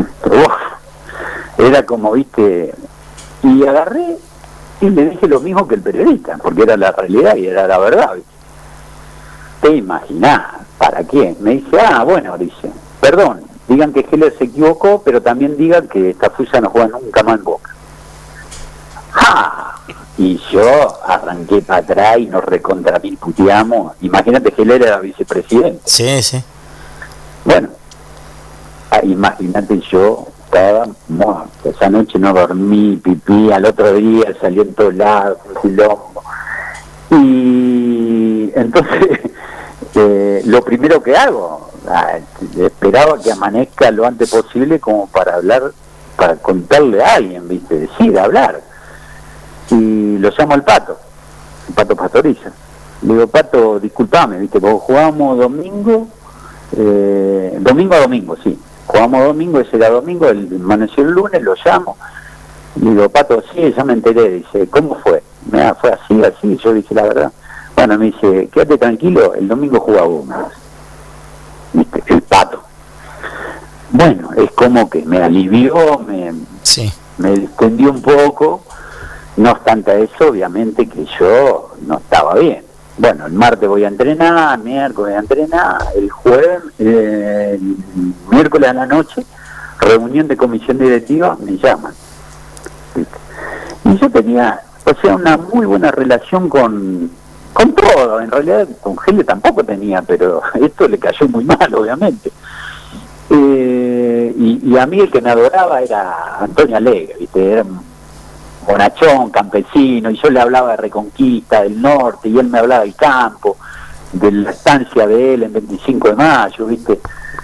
Era como, ¿viste? Y agarré y le dije lo mismo que el periodista, porque era la realidad y era la verdad, ¿viste? Te imaginás, ¿para qué? Me dice, bueno, dice, perdón, digan que Heller se equivocó, pero también digan que esta fusa no juega nunca más en Boca. Y yo arranqué para atrás y nos recontraputeamos. Imagínate que Heller era vicepresidente. Sí. Bueno, imagínate, yo estaba muerto. Esa noche no dormí, pipí, al otro día salió en todos lados, un quilombo. Y entonces, lo primero que hago, esperaba que amanezca lo antes posible como para hablar, para contarle a alguien, ¿viste? Decir, hablar. Y lo llamo al Pato Pastoriza. Le digo, Pato, disculpame, ¿viste? Porque jugábamos domingo a domingo, sí. Jugamos domingo, ese era domingo, el amaneció el lunes, lo llamo. Le digo, Pato, sí, ya me enteré. Dice, ¿cómo fue? Fue así. Yo dije la verdad. Bueno, me dice, quédate tranquilo, el domingo jugamos. ¿Viste? El Pato. Bueno, es como que me alivió, me distendió un poco. No obstante eso, obviamente que yo no estaba bien. Bueno, el martes voy a entrenar, miércoles voy a entrenar, el jueves, el miércoles a la noche, reunión de comisión directiva, me llaman. ¿Viste? Y yo tenía, una muy buena relación con todo. En realidad con Heller tampoco tenía, pero esto le cayó muy mal, obviamente. Y a mí el que me adoraba era Antonio Alegre, ¿viste? Era un bonachón, campesino, y yo le hablaba de Reconquista, del norte, y él me hablaba del campo, de la estancia de él en 25 de mayo, ¿viste?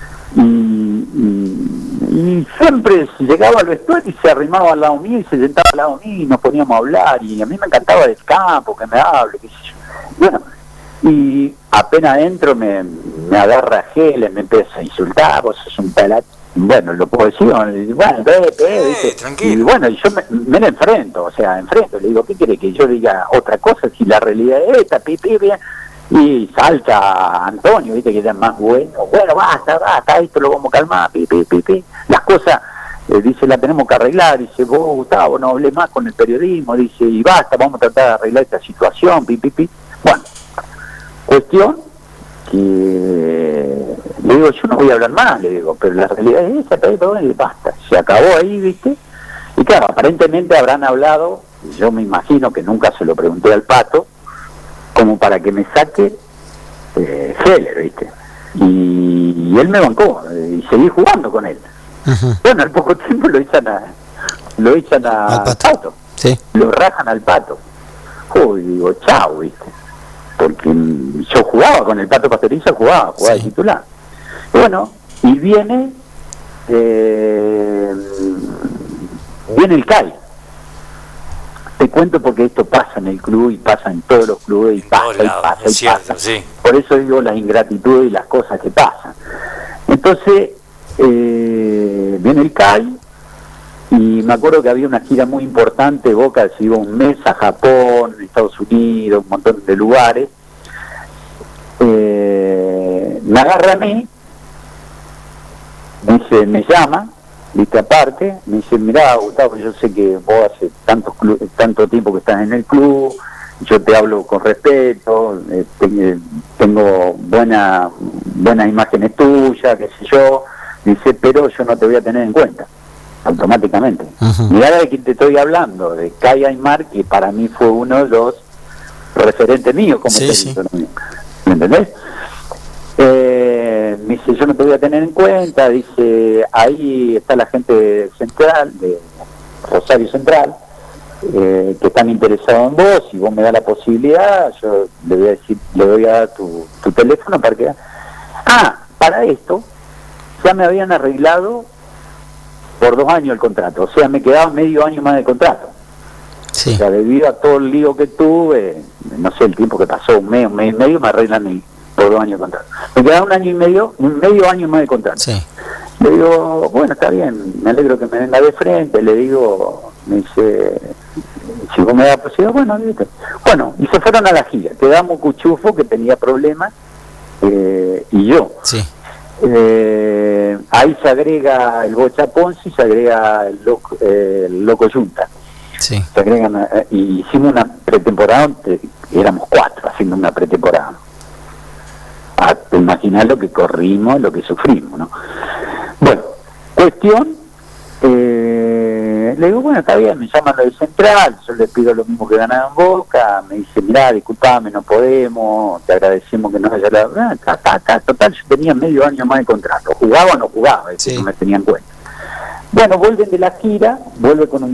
Y siempre llegaba al vestuario y se arrimaba al lado mío y se sentaba al lado mío y nos poníamos a hablar, y a mí me encantaba del campo, que me hable, qué sé yo. Bueno, y apenas entro me agarra Heller, me empieza a insultar, vos sos un pelado. Bueno, lo puedo decir, bueno, tranquilo. Y bueno, yo me la enfrento, le digo, ¿qué quiere que yo diga otra cosa si la realidad es esta, bien? Y salta Antonio, ¿viste? Que era más bueno, basta, esto lo vamos a calmar, las cosas, dice, la tenemos que arreglar, dice, vos, Gustavo, no hablé más con el periodismo, dice, y basta, vamos a tratar de arreglar esta situación, Bueno, cuestión que le digo, yo no voy a hablar más, le digo, pero la realidad es esa, y basta, se acabó ahí, ¿viste? Y claro, aparentemente habrán hablado, yo me imagino que nunca se lo pregunté al Pato, como para que me saque Heller, ¿viste? Y él me bancó, y seguí jugando con él. Bueno, al poco tiempo lo echan al Pato. Sí. Lo rajan al Pato. Y digo, chao, ¿viste? Porque yo jugaba con el Pato Pastoriza, jugaba de titular. Y bueno, y viene el CAI. Te cuento porque esto pasa en el club y pasa en todos los clubes y pasa. Sí. Por eso digo las ingratitudes y las cosas que pasan. Entonces viene el CAI y me acuerdo que había una gira muy importante, Boca se iba un mes a Japón, Estados Unidos, un montón de lugares. Me agarra a mí me llama, viste, aparte, me dice, mirá, Gustavo, yo sé que vos hace tanto tiempo que estás en el club, yo te hablo con respeto, tengo buenas imágenes tuyas, qué sé yo, dice, pero yo no te voy a tener en cuenta, automáticamente. Mirá de quién te estoy hablando, de Kai Aymar, que para mí fue uno de los referentes míos como técnico. ¿Me entendés? Me dice, yo no te voy a tener en cuenta, dice, ahí está la gente central, de Rosario Central, que están interesados en vos, si vos me das la posibilidad, yo le voy a decir, le voy a dar tu teléfono para que... para esto, ya me habían arreglado por 2 años el contrato, o sea, me quedaba medio año más de contrato. Sí. O sea, debido a todo el lío que tuve, no sé, el tiempo que pasó, un mes y medio, me arreglan por 2 años de contrato. Me quedaba medio año más de contrato. Sí. Le digo, bueno, está bien, me alegro que me venga de frente, le digo, me dice, si vos me das posibilidad, bueno, ¿viste? Bueno, y se fueron a la gira, quedamos Cuchufo, que tenía problemas, y yo. Sí. Ahí se agrega el Bocha Ponzi, se agrega el Loco Yunta. Sí. Se agregan, y hicimos una pretemporada, éramos 4 haciendo una pretemporada. Te imaginas lo que corrimos, lo que sufrimos, ¿no? Bueno, cuestión, le digo, bueno, está bien, me llaman lo de Central, yo les pido lo mismo que ganaron Boca, me dice, mirá, disculpame, no podemos, te agradecemos que nos haya dado, total, yo tenía medio año más de contrato, jugaba o no jugaba, no me tenían en cuenta. Bueno, vuelven de la gira, vuelven con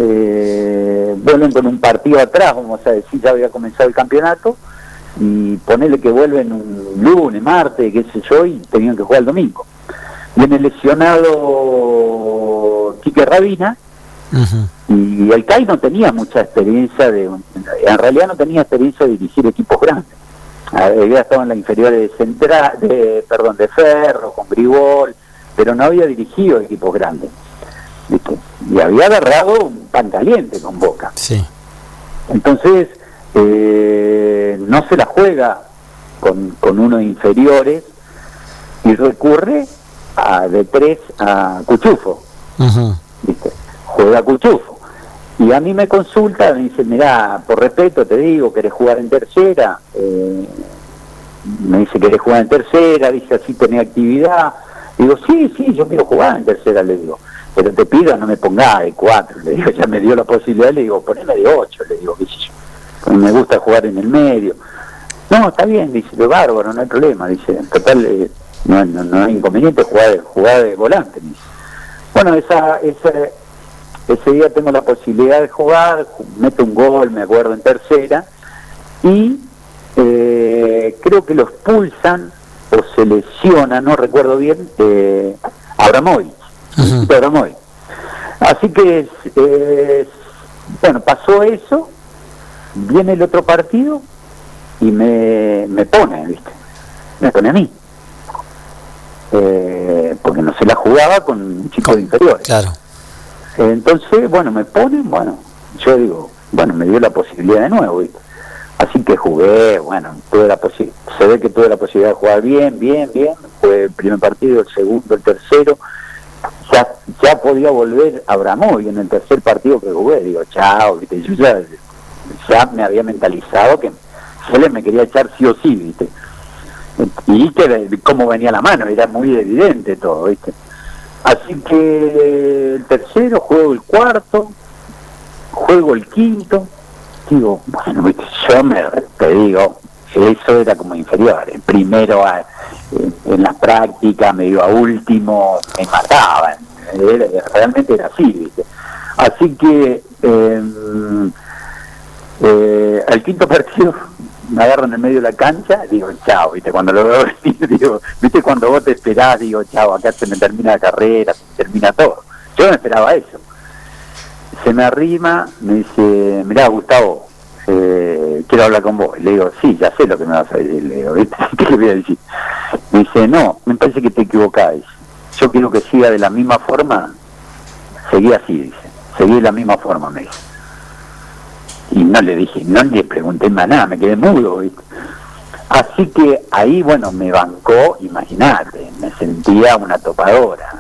un partido atrás, vamos a decir, ya había comenzado el campeonato, y ponerle que vuelven un lunes, martes, qué sé yo, y tenían que jugar el domingo. Viene lesionado Quique Rabina, y el CAI no tenía mucha experiencia, en realidad no tenía experiencia de dirigir equipos grandes. Había estado en las inferiores de Ferro, con Gribol, pero no había dirigido equipos grandes, ¿viste? Y había agarrado un pan caliente con Boca. Sí. Entonces, no se la juega con unos inferiores y recurre de 3 a Cuchufo. ¿Viste? Juega Cuchufo. Y a mí me consulta, me dice, mirá, por respeto te digo, ¿querés jugar en tercera? Me dice, ¿querés jugar en tercera? Dice, así tenés actividad. Digo, sí, yo quiero jugar en tercera, le digo. Pero te pido, no me pongas de 4, le digo, ya me dio la posibilidad, le digo, poneme de 8, le digo, qué sé yo. Me gusta jugar en el medio. No, está bien, dice, de bárbaro, no hay problema, dice, en total no hay inconveniente jugar de volante, dice. Bueno, ese día tengo la posibilidad de jugar, meto un gol, me acuerdo, en tercera, y creo que lo expulsan o se lesiona, no recuerdo bien, Abramovich. Así que, bueno, pasó eso. Viene el otro partido y me pone, ¿viste? Me pone a mí. Porque no se la jugaba con un chico de inferiores. Claro. Entonces, bueno, me ponen, bueno, yo digo, bueno, me dio la posibilidad de nuevo, ¿viste? Así que jugué, bueno, se ve que tuve la posibilidad de jugar bien, jugué el primer partido, el segundo, el tercero, ya podía volver a Abramovich en el tercer partido que jugué, digo, chao, ¿viste? Yo ya me había mentalizado que él me quería echar sí o sí, ¿viste? Y que cómo venía la mano, era muy evidente todo, ¿viste? Así que el tercero, juego el cuarto, juego el quinto, digo, bueno, ¿viste? Te digo, eso era como inferior, el primero en las prácticas, me iba a último, me mataban, realmente era así, ¿viste? Así que al quinto partido me agarro en el medio de la cancha, digo, chao, ¿viste? Cuando lo veo venir, digo, ¿viste? Cuando vos te esperás, digo, chao, acá se me termina la carrera, se me termina todo. Yo no esperaba eso. Se me arrima, me dice, mirá, Gustavo, quiero hablar con vos. Le digo, sí, ya sé lo que me vas a decir, le digo, ¿viste? ¿Qué le voy a decir? Me dice, no, me parece que te equivocás. Yo quiero que siga de la misma forma, seguí así, dice, seguí de la misma forma, me dice. Y no le pregunté más nada, me quedé mudo, ¿viste? Así que ahí, bueno, me bancó, imagínate, me sentía una topadora.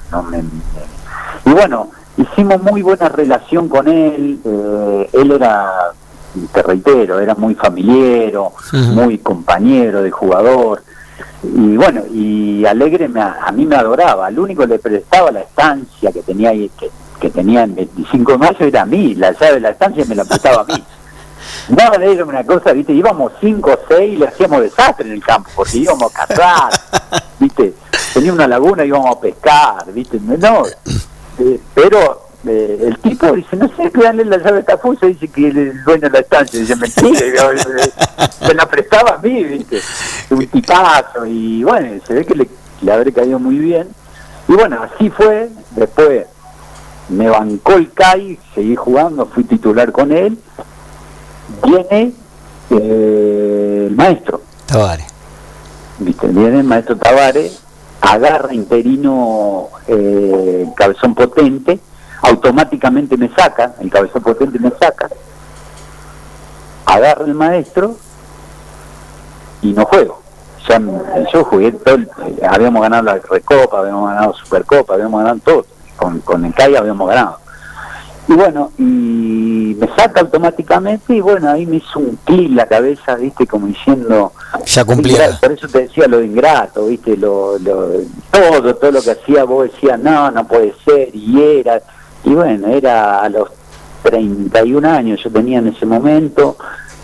Y bueno, hicimos muy buena relación con él. Él era, te reitero, era muy familiero, muy compañero de jugador. Y bueno, y Alegre a mí me adoraba. Al único que le prestaba la estancia que tenía ahí, que tenía en 25 de mayo, era a mí. La llave de la estancia me la prestaba a mí. No, era una cosa, viste, íbamos 5 o 6 y le hacíamos desastre en el campo, porque íbamos a cazar, viste, tenía una laguna y íbamos a pescar, viste, no, pero el tipo dice, no sé, darle la llave a Tafuso, dice que el dueño de la estancia, dice, mentira, se la prestaba a mí, viste, un tipazo, y bueno, se ve que le habré caído muy bien, y bueno, así fue. Después me bancó el CAI, seguí jugando, fui titular con él. Viene el maestro Tavares, ¿viste? Viene el maestro Tavares, agarra interino Cabezón Potente, automáticamente me saca, el Cabezón Potente me saca, agarra el maestro y no juego. Ya, yo jugué todo, habíamos ganado la Recopa, habíamos ganado Supercopa, habíamos ganado todo, con el CAI habíamos ganado. Y bueno, y me saca automáticamente, y bueno, ahí me hizo un clic la cabeza, viste, como diciendo, ya cumplía. Por eso te decía lo de ingrato, viste, todo lo que hacía, vos decías, no puede ser, y bueno, era a los 31 años yo tenía en ese momento.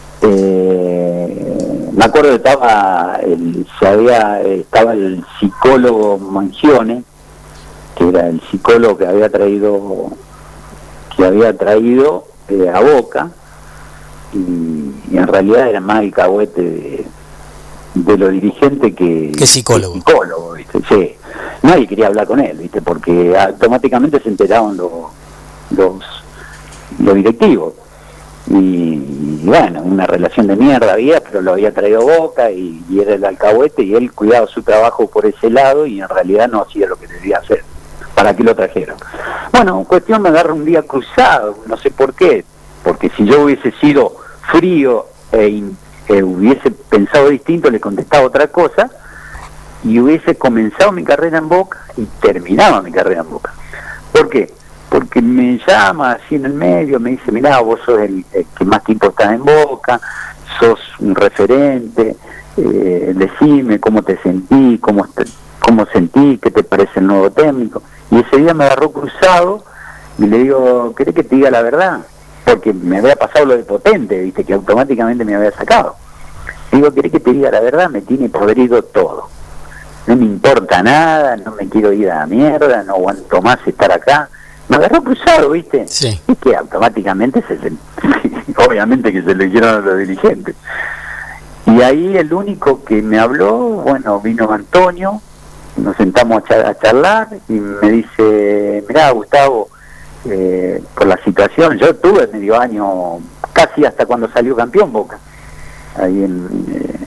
Me acuerdo que estaba el psicólogo Mangione, que era el psicólogo que había traído a Boca, y en realidad era más el cahuete de los dirigentes que psicólogo, ¿viste? Sí. Nadie quería hablar con él, ¿viste? Porque automáticamente se enteraban los directivos, y bueno, una relación de mierda había, pero lo había traído Boca, y era el alcahuete, y él cuidaba su trabajo por ese lado, y en realidad no hacía lo que debía hacer. ¿Para qué lo trajeron? Bueno, cuestión, me agarra un día cruzado, no sé por qué, porque si yo hubiese sido frío hubiese pensado distinto, le contestaba otra cosa, y hubiese comenzado mi carrera en Boca y terminaba mi carrera en Boca. ¿Por qué? Porque me llama así en el medio, me dice, mirá, vos sos el que más tiempo estás en Boca, sos un referente, decime cómo te sentí, cómo sentí, qué te parece el nuevo técnico. Y ese día me agarró cruzado y le digo, ¿querés que te diga la verdad? Porque me había pasado lo de Potente, viste, que automáticamente me había sacado. Le digo, ¿querés que te diga la verdad? Me tiene podrido todo. No me importa nada, no me quiero ir a la mierda, no aguanto más estar acá. Me agarró cruzado, viste. Sí. Y que automáticamente obviamente que se le hicieron a los dirigentes. Y ahí el único que me habló, bueno, vino Antonio, nos sentamos a charlar y me dice, mirá, Gustavo, por la situación, yo tuve medio año, casi hasta cuando salió campeón Boca, ahí en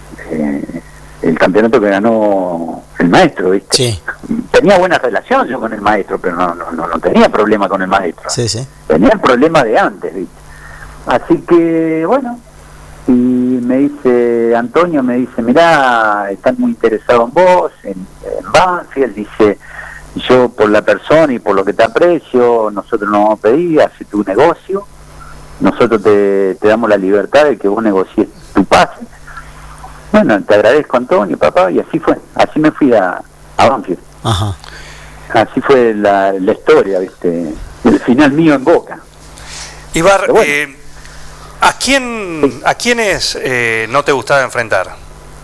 el campeonato que ganó el maestro, ¿viste? Sí. Tenía buena relación yo con el maestro, pero no tenía problema con el maestro. Sí, sí. Tenía el problema de antes, ¿viste? Así que, bueno, y me dice, Antonio me dice, mirá, están muy interesados en vos, en Banfield, dice, yo por la persona y por lo que te aprecio, nosotros nos vamos a pedir, hace tu negocio, nosotros te damos la libertad de que vos negocies tu pase. Bueno, te agradezco, Antonio, papá, y así fue, así me fui a Banfield. Ajá. Así fue la historia, ¿viste? El final mío en Boca. Ibar, bueno. ¿A quiénes no te gustaba enfrentar?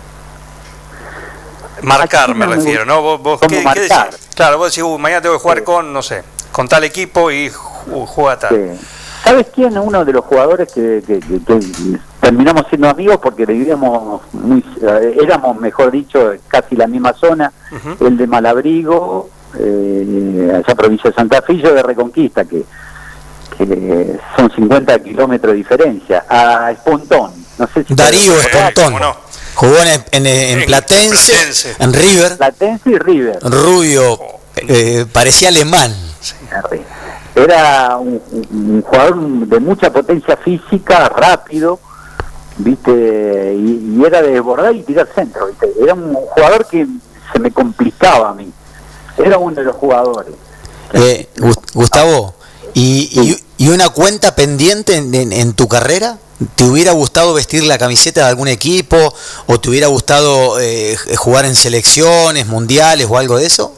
Marcar, me refiero, ¿no? ¿Vos qué decís? Claro, vos decís, mañana tengo que jugar con, no sé, con tal equipo y juega tal. Sí. ¿Sabes quién? Uno de los jugadores que terminamos siendo amigos porque vivíamos éramos, mejor dicho, casi la misma zona, el de Malabrigo, allá provincia de Santa Fe, y yo de Reconquista, que son 50 kilómetros de diferencia, a Espontón, no sé si Darío Espontón, no. Jugó en Platense, en River. Platense y River. Rubio, parecía alemán. Sí. Era un jugador de mucha potencia física, rápido, viste, y era de desbordar y tirar centro, viste. Era un jugador que se me complicaba a mí. era uno de los jugadores. Gustavo, ¿y una cuenta pendiente en tu carrera? ¿Te hubiera gustado vestir la camiseta de algún equipo o te hubiera gustado jugar en selecciones, mundiales o algo de eso?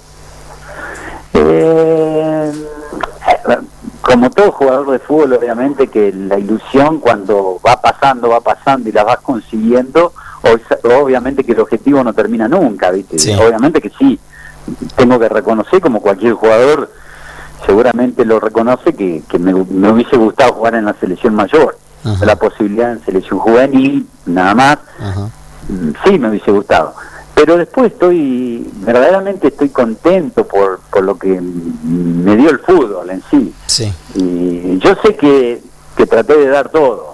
Como todo jugador de fútbol, obviamente que la ilusión cuando va pasando y la vas consiguiendo, obviamente que el objetivo no termina nunca, ¿viste? Sí. Obviamente que sí, tengo que reconocer, como cualquier jugador seguramente lo reconoce, que me hubiese gustado jugar en la selección mayor. Ajá. La posibilidad en selección juvenil, nada más. Ajá. Sí, me hubiese gustado. Pero después verdaderamente estoy contento por lo que me dio el fútbol en sí. Sí. Y yo sé que traté de dar todo.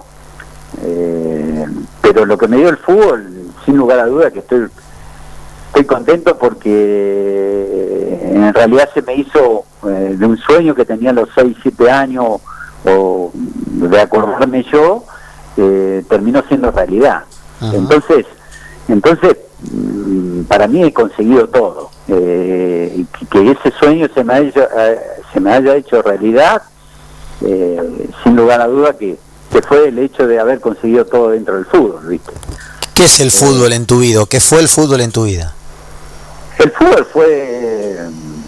Pero lo que me dio el fútbol, sin lugar a duda que estoy contento porque en realidad se me hizo de un sueño que tenía a los 6, 7 años, o de acordarme yo, terminó siendo realidad. Entonces para mí he conseguido todo. Que ese sueño se me haya hecho realidad, sin lugar a duda que fue el hecho de haber conseguido todo dentro del fútbol, ¿viste? ¿Qué es el fútbol en tu vida? ¿Qué fue el fútbol en tu vida? El fútbol fue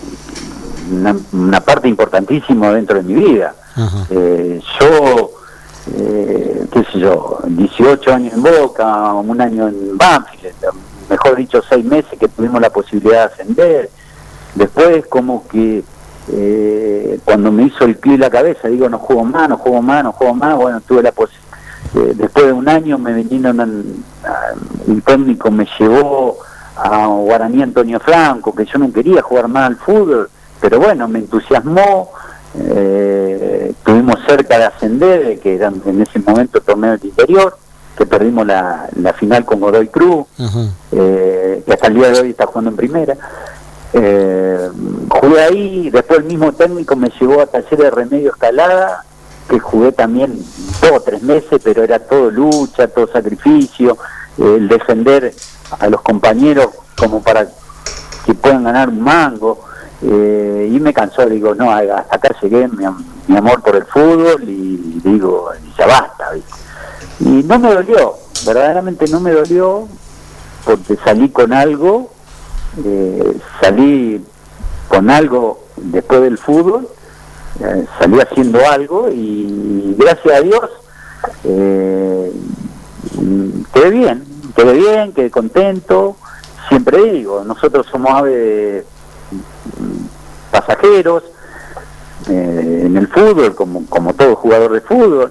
una parte importantísima dentro de mi vida. Yo, qué sé yo, 18 años en Boca, un año en Banfield, mejor dicho 6 meses que tuvimos la posibilidad de ascender. Después como que cuando me hizo el clic en la cabeza, digo, no juego más, bueno, tuve la posibilidad. Después de un año me vinieron un técnico me llevó a Guaraní Antonio Franco, que yo no quería jugar más al fútbol, pero bueno, me entusiasmó. Estuvimos cerca de ascender, que eran en ese momento torneo del interior, que perdimos la final con Godoy Cruz, que hasta el día de hoy está jugando en primera. Jugué ahí, después el mismo técnico me llevó a Talleres de Remedio Escalada, que jugué también 2 o 3 meses, pero era todo lucha, todo sacrificio, el defender a los compañeros como para que puedan ganar un mango. Y me cansó, digo, no, hasta acá llegué, mi amor por el fútbol, y digo, ya basta, ¿viste? Y no me dolió, verdaderamente no me dolió, porque salí con algo después del fútbol, salí haciendo algo, y gracias a Dios quedé bien, quedé contento. Siempre digo, nosotros somos aves pasajeros en el fútbol, como todo jugador de fútbol.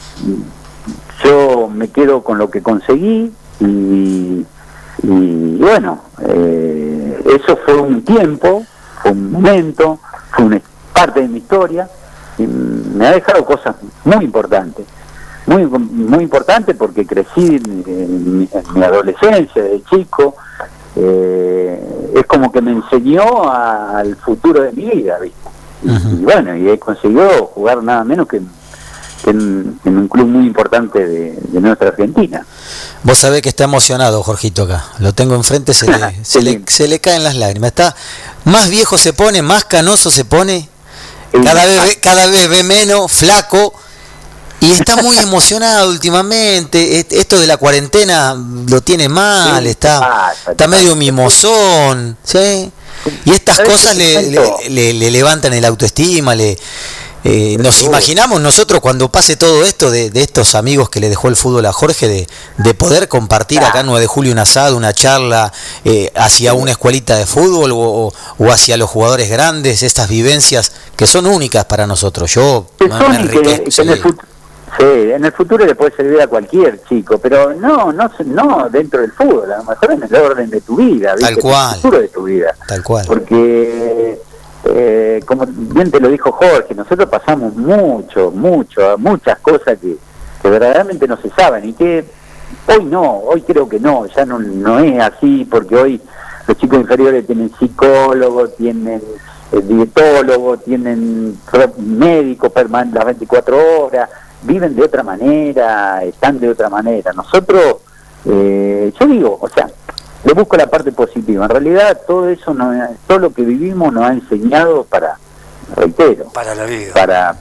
Yo me quedo con lo que conseguí y bueno, eso fue un tiempo, fue un momento, fue una parte de mi historia, y me ha dejado cosas muy importantes, muy importantes, porque crecí en mi adolescencia, de chico. Es como que me enseñó al futuro de mi vida, ¿viste? Y bueno, y he conseguido jugar nada menos que en un club muy importante de nuestra Argentina. Vos sabés que está emocionado Jorgito acá, lo tengo enfrente, se le caen las lágrimas. Está más viejo se pone, más canoso se pone, cada vez ve menos, flaco, y está muy emocionado últimamente. Esto de la cuarentena lo tiene mal, está medio mimosón, ¿sí? Y estas cosas le levantan el autoestima, nos imaginamos nosotros cuando pase todo esto de estos amigos que le dejó el fútbol a Jorge, de poder compartir acá en 9 de julio un asado, una charla hacia una escuelita de fútbol o hacia los jugadores grandes, estas vivencias que son únicas para nosotros. Yo me enriquezco. En el futuro le puede servir a cualquier chico, pero no dentro del fútbol, a lo mejor en el orden de tu vida, ¿viste? Tal cual. En el futuro de tu vida. Tal cual. Porque como bien te lo dijo Jorge, nosotros pasamos muchas cosas que verdaderamente no se saben, y que hoy creo que ya no es así, porque hoy los chicos inferiores tienen psicólogos, tienen dietólogos, tienen médicos permanentes las 24 horas, viven de otra manera, están de otra manera. Nosotros, yo digo, o sea, le busco la parte positiva. En realidad todo eso, todo lo que vivimos nos ha enseñado reitero, para la vida,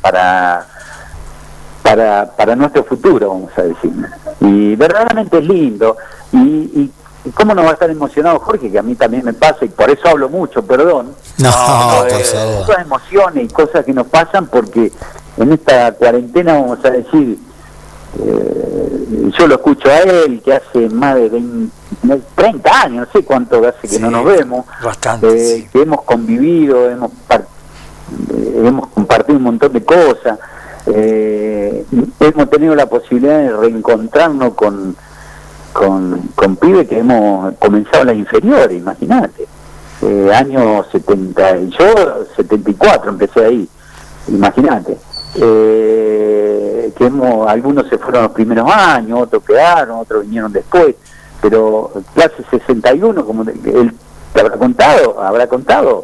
para nuestro futuro, vamos a decir. Y verdaderamente es lindo. Y cómo no va a estar emocionado Jorge, que a mí también me pasa, y por eso hablo mucho, perdón. Todas emociones y cosas que nos pasan, porque en esta cuarentena, vamos a decir, yo lo escucho a él, que hace más de 30 años, no sé cuánto hace que no nos vemos, bastante, que hemos convivido, hemos compartido un montón de cosas, hemos tenido la posibilidad de reencontrarnos con pibes que hemos comenzado las inferiores, imagínate, años 70, yo 74 empecé ahí, imagínate, algunos se fueron los primeros años, otros quedaron, otros vinieron después, pero clase 61, como él te habrá contado,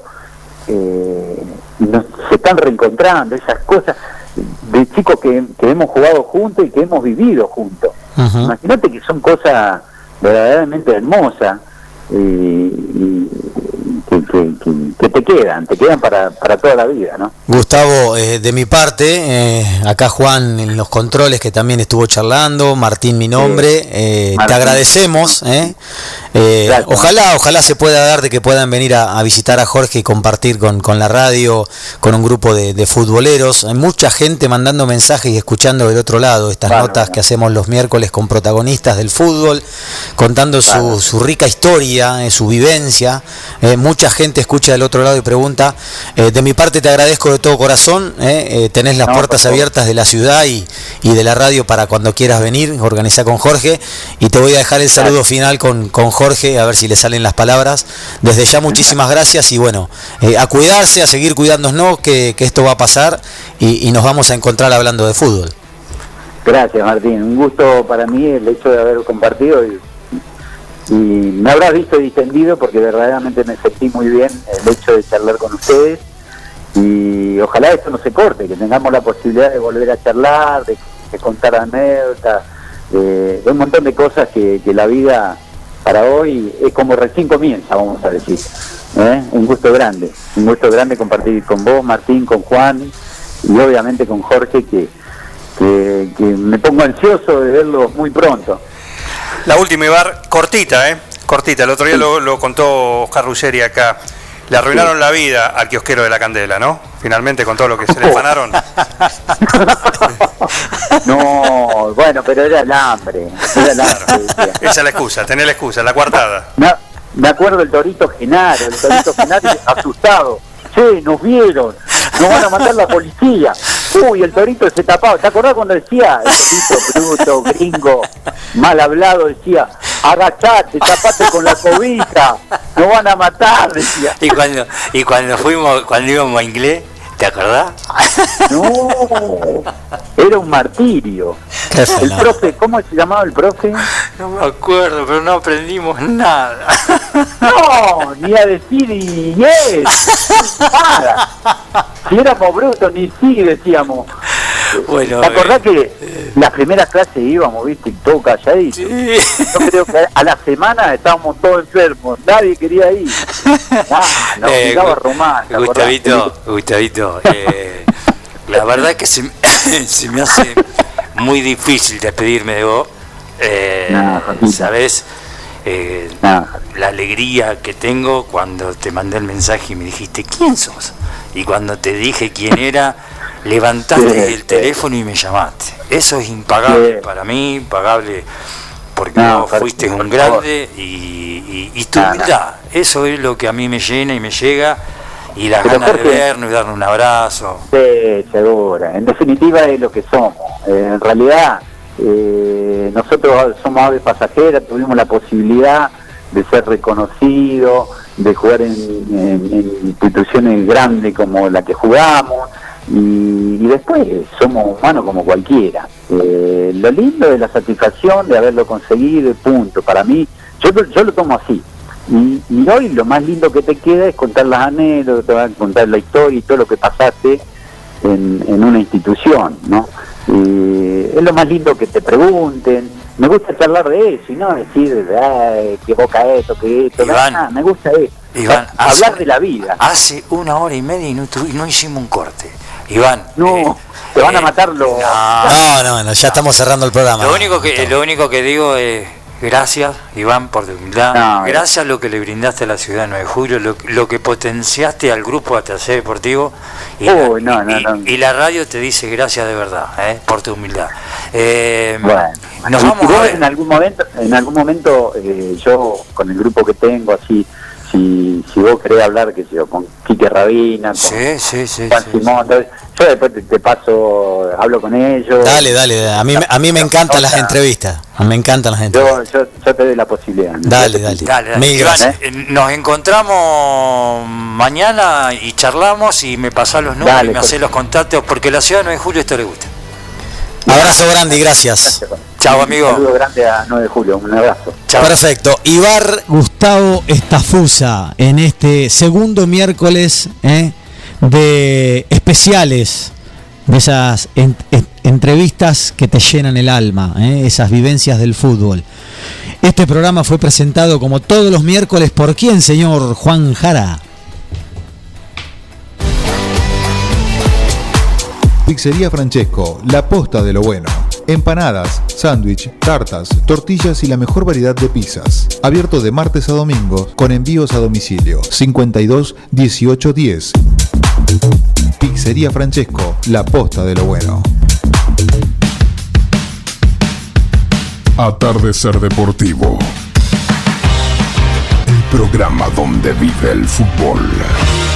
se están reencontrando esas cosas de chicos que hemos jugado juntos y que hemos vivido juntos. Imagínate que son cosas verdaderamente hermosas y que te quedan para toda la vida, ¿no? Gustavo, de mi parte, acá Juan en los controles, que también estuvo charlando, Martín mi nombre, Martín. Te agradecemos. Ojalá se pueda dar de que puedan venir a visitar a Jorge y compartir con la radio, con un grupo de futboleros. Hay mucha gente mandando mensajes y escuchando del otro lado estas notas que hacemos los miércoles con protagonistas del fútbol, contando su rica historia, su vivencia. Mucha gente escucha del otro lado y pregunta. De mi parte te agradezco de todo corazón. Tenés las puertas abiertas de la ciudad y de la radio para cuando quieras venir, organizar con Jorge, y te voy a dejar el saludo final con Jorge, a ver si le salen las palabras. Desde ya muchísimas gracias y bueno, a cuidarse, a seguir cuidándonos, que esto va a pasar y nos vamos a encontrar hablando de fútbol. Gracias, Martín, un gusto para mí el hecho de haber compartido y me habrás visto distendido porque verdaderamente me sentí muy bien el hecho de charlar con ustedes y ojalá esto no se corte, que tengamos la posibilidad de volver a charlar, de contar anécdotas, de un montón de cosas que la vida para hoy es como recién comienza, vamos a decir. Un gusto grande compartir con vos, Martín, con Juan y obviamente con Jorge, que me pongo ansioso de verlo muy pronto. La última, Ibar, cortita, el otro día lo contó Oscar Ruggeri acá. Le arruinaron la vida al kiosquero de la Candela, ¿no? Finalmente, con todo lo que se le afanaron. No, bueno, pero era el hambre. Esa es la excusa, tenés la excusa, la coartada. Me acuerdo del Torito Genaro asustado. Che, nos vieron, nos van a mandar la policía. Uy, el Torito se tapaba. ¿Te acordás cuando decía el Torito bruto, gringo, mal hablado, decía, agachate, tapate con la cobija, nos van a matar, decía. Y cuando íbamos a inglés, ¿te acordás? No, era un martirio. El profe, ¿cómo se llamaba el profe? No me acuerdo, pero no aprendimos nada. No, ni a decir y nada. Si éramos brutos, ni sí decíamos. Bueno, ¿te acordás que las primeras clases íbamos, viste, todo calladito? Sí. Yo creo que a la semana estábamos todos enfermos, nadie quería ir. Nos obligaba Román. Gustavito, la verdad es que se me hace muy difícil despedirme de vos. ¿Sabés? La alegría que tengo cuando te mandé el mensaje y me dijiste ¿quién sos? Y cuando te dije quién era, levantaste el teléfono y me llamaste. Eso es impagable para mí, impagable porque vos fuiste un grande y tu humildad. Eso es lo que a mí me llena y me llega, y las ganas de vernos y darle un abrazo. Sí, seguro. En definitiva es lo que somos. En realidad nosotros somos aves pasajeras, tuvimos la posibilidad de ser reconocidos, de jugar en instituciones grandes como la que jugamos, y después somos humanos como cualquiera. Lo lindo es la satisfacción de haberlo conseguido, punto. Para mí, yo lo tomo así. Y hoy lo más lindo que te queda es contar las anécdotas, contar la historia y todo lo que pasaste en una institución, ¿no? Es lo más lindo que te pregunten, me gusta charlar de eso y no decir que Boca esto, que esto. Me gusta eso. Iván, hablar de la vida. Hace 1 hora y media y no hicimos un corte. Iván. No, te van a matarlo. No, ya estamos cerrando el programa. Lo único que digo es gracias, Iván, por tu humildad. Gracias a lo que le brindaste a la ciudad de 9 de julio, lo que potenciaste al grupo Atardecer Deportivo. Y la radio te dice gracias de verdad, por tu humildad. Nos vamos a ver. En algún momento yo con el grupo que tengo, así, si vos querés hablar, que yo, con Quique Rabina, con Juan Simón, entonces, yo después te paso, hablo con ellos. Dale, a mí me encantan las entrevistas. Me encantan las entrevistas. Yo te doy la posibilidad. Dale. Mil gracias. Nos encontramos mañana y charlamos y me pasás los números y me hacés los contactos, porque la ciudad de 9 de julio esto le gusta. Abrazo grande y gracias. Chao, amigo. Un saludo grande a 9 de julio, un abrazo. Chao. Perfecto. Ibar Gustavo Estafusa en este segundo miércoles de especiales, de esas entrevistas que te llenan el alma, esas vivencias del fútbol. Este programa fue presentado como todos los miércoles por ¿quién, señor Juan Jara? Pizzería Francesco, la posta de lo bueno. Empanadas, sándwich, tartas, tortillas y la mejor variedad de pizzas. Abierto de martes a domingo con envíos a domicilio. 52 18 10. Pizzería Francesco, la posta de lo bueno. Atardecer Deportivo. El programa donde vive el fútbol.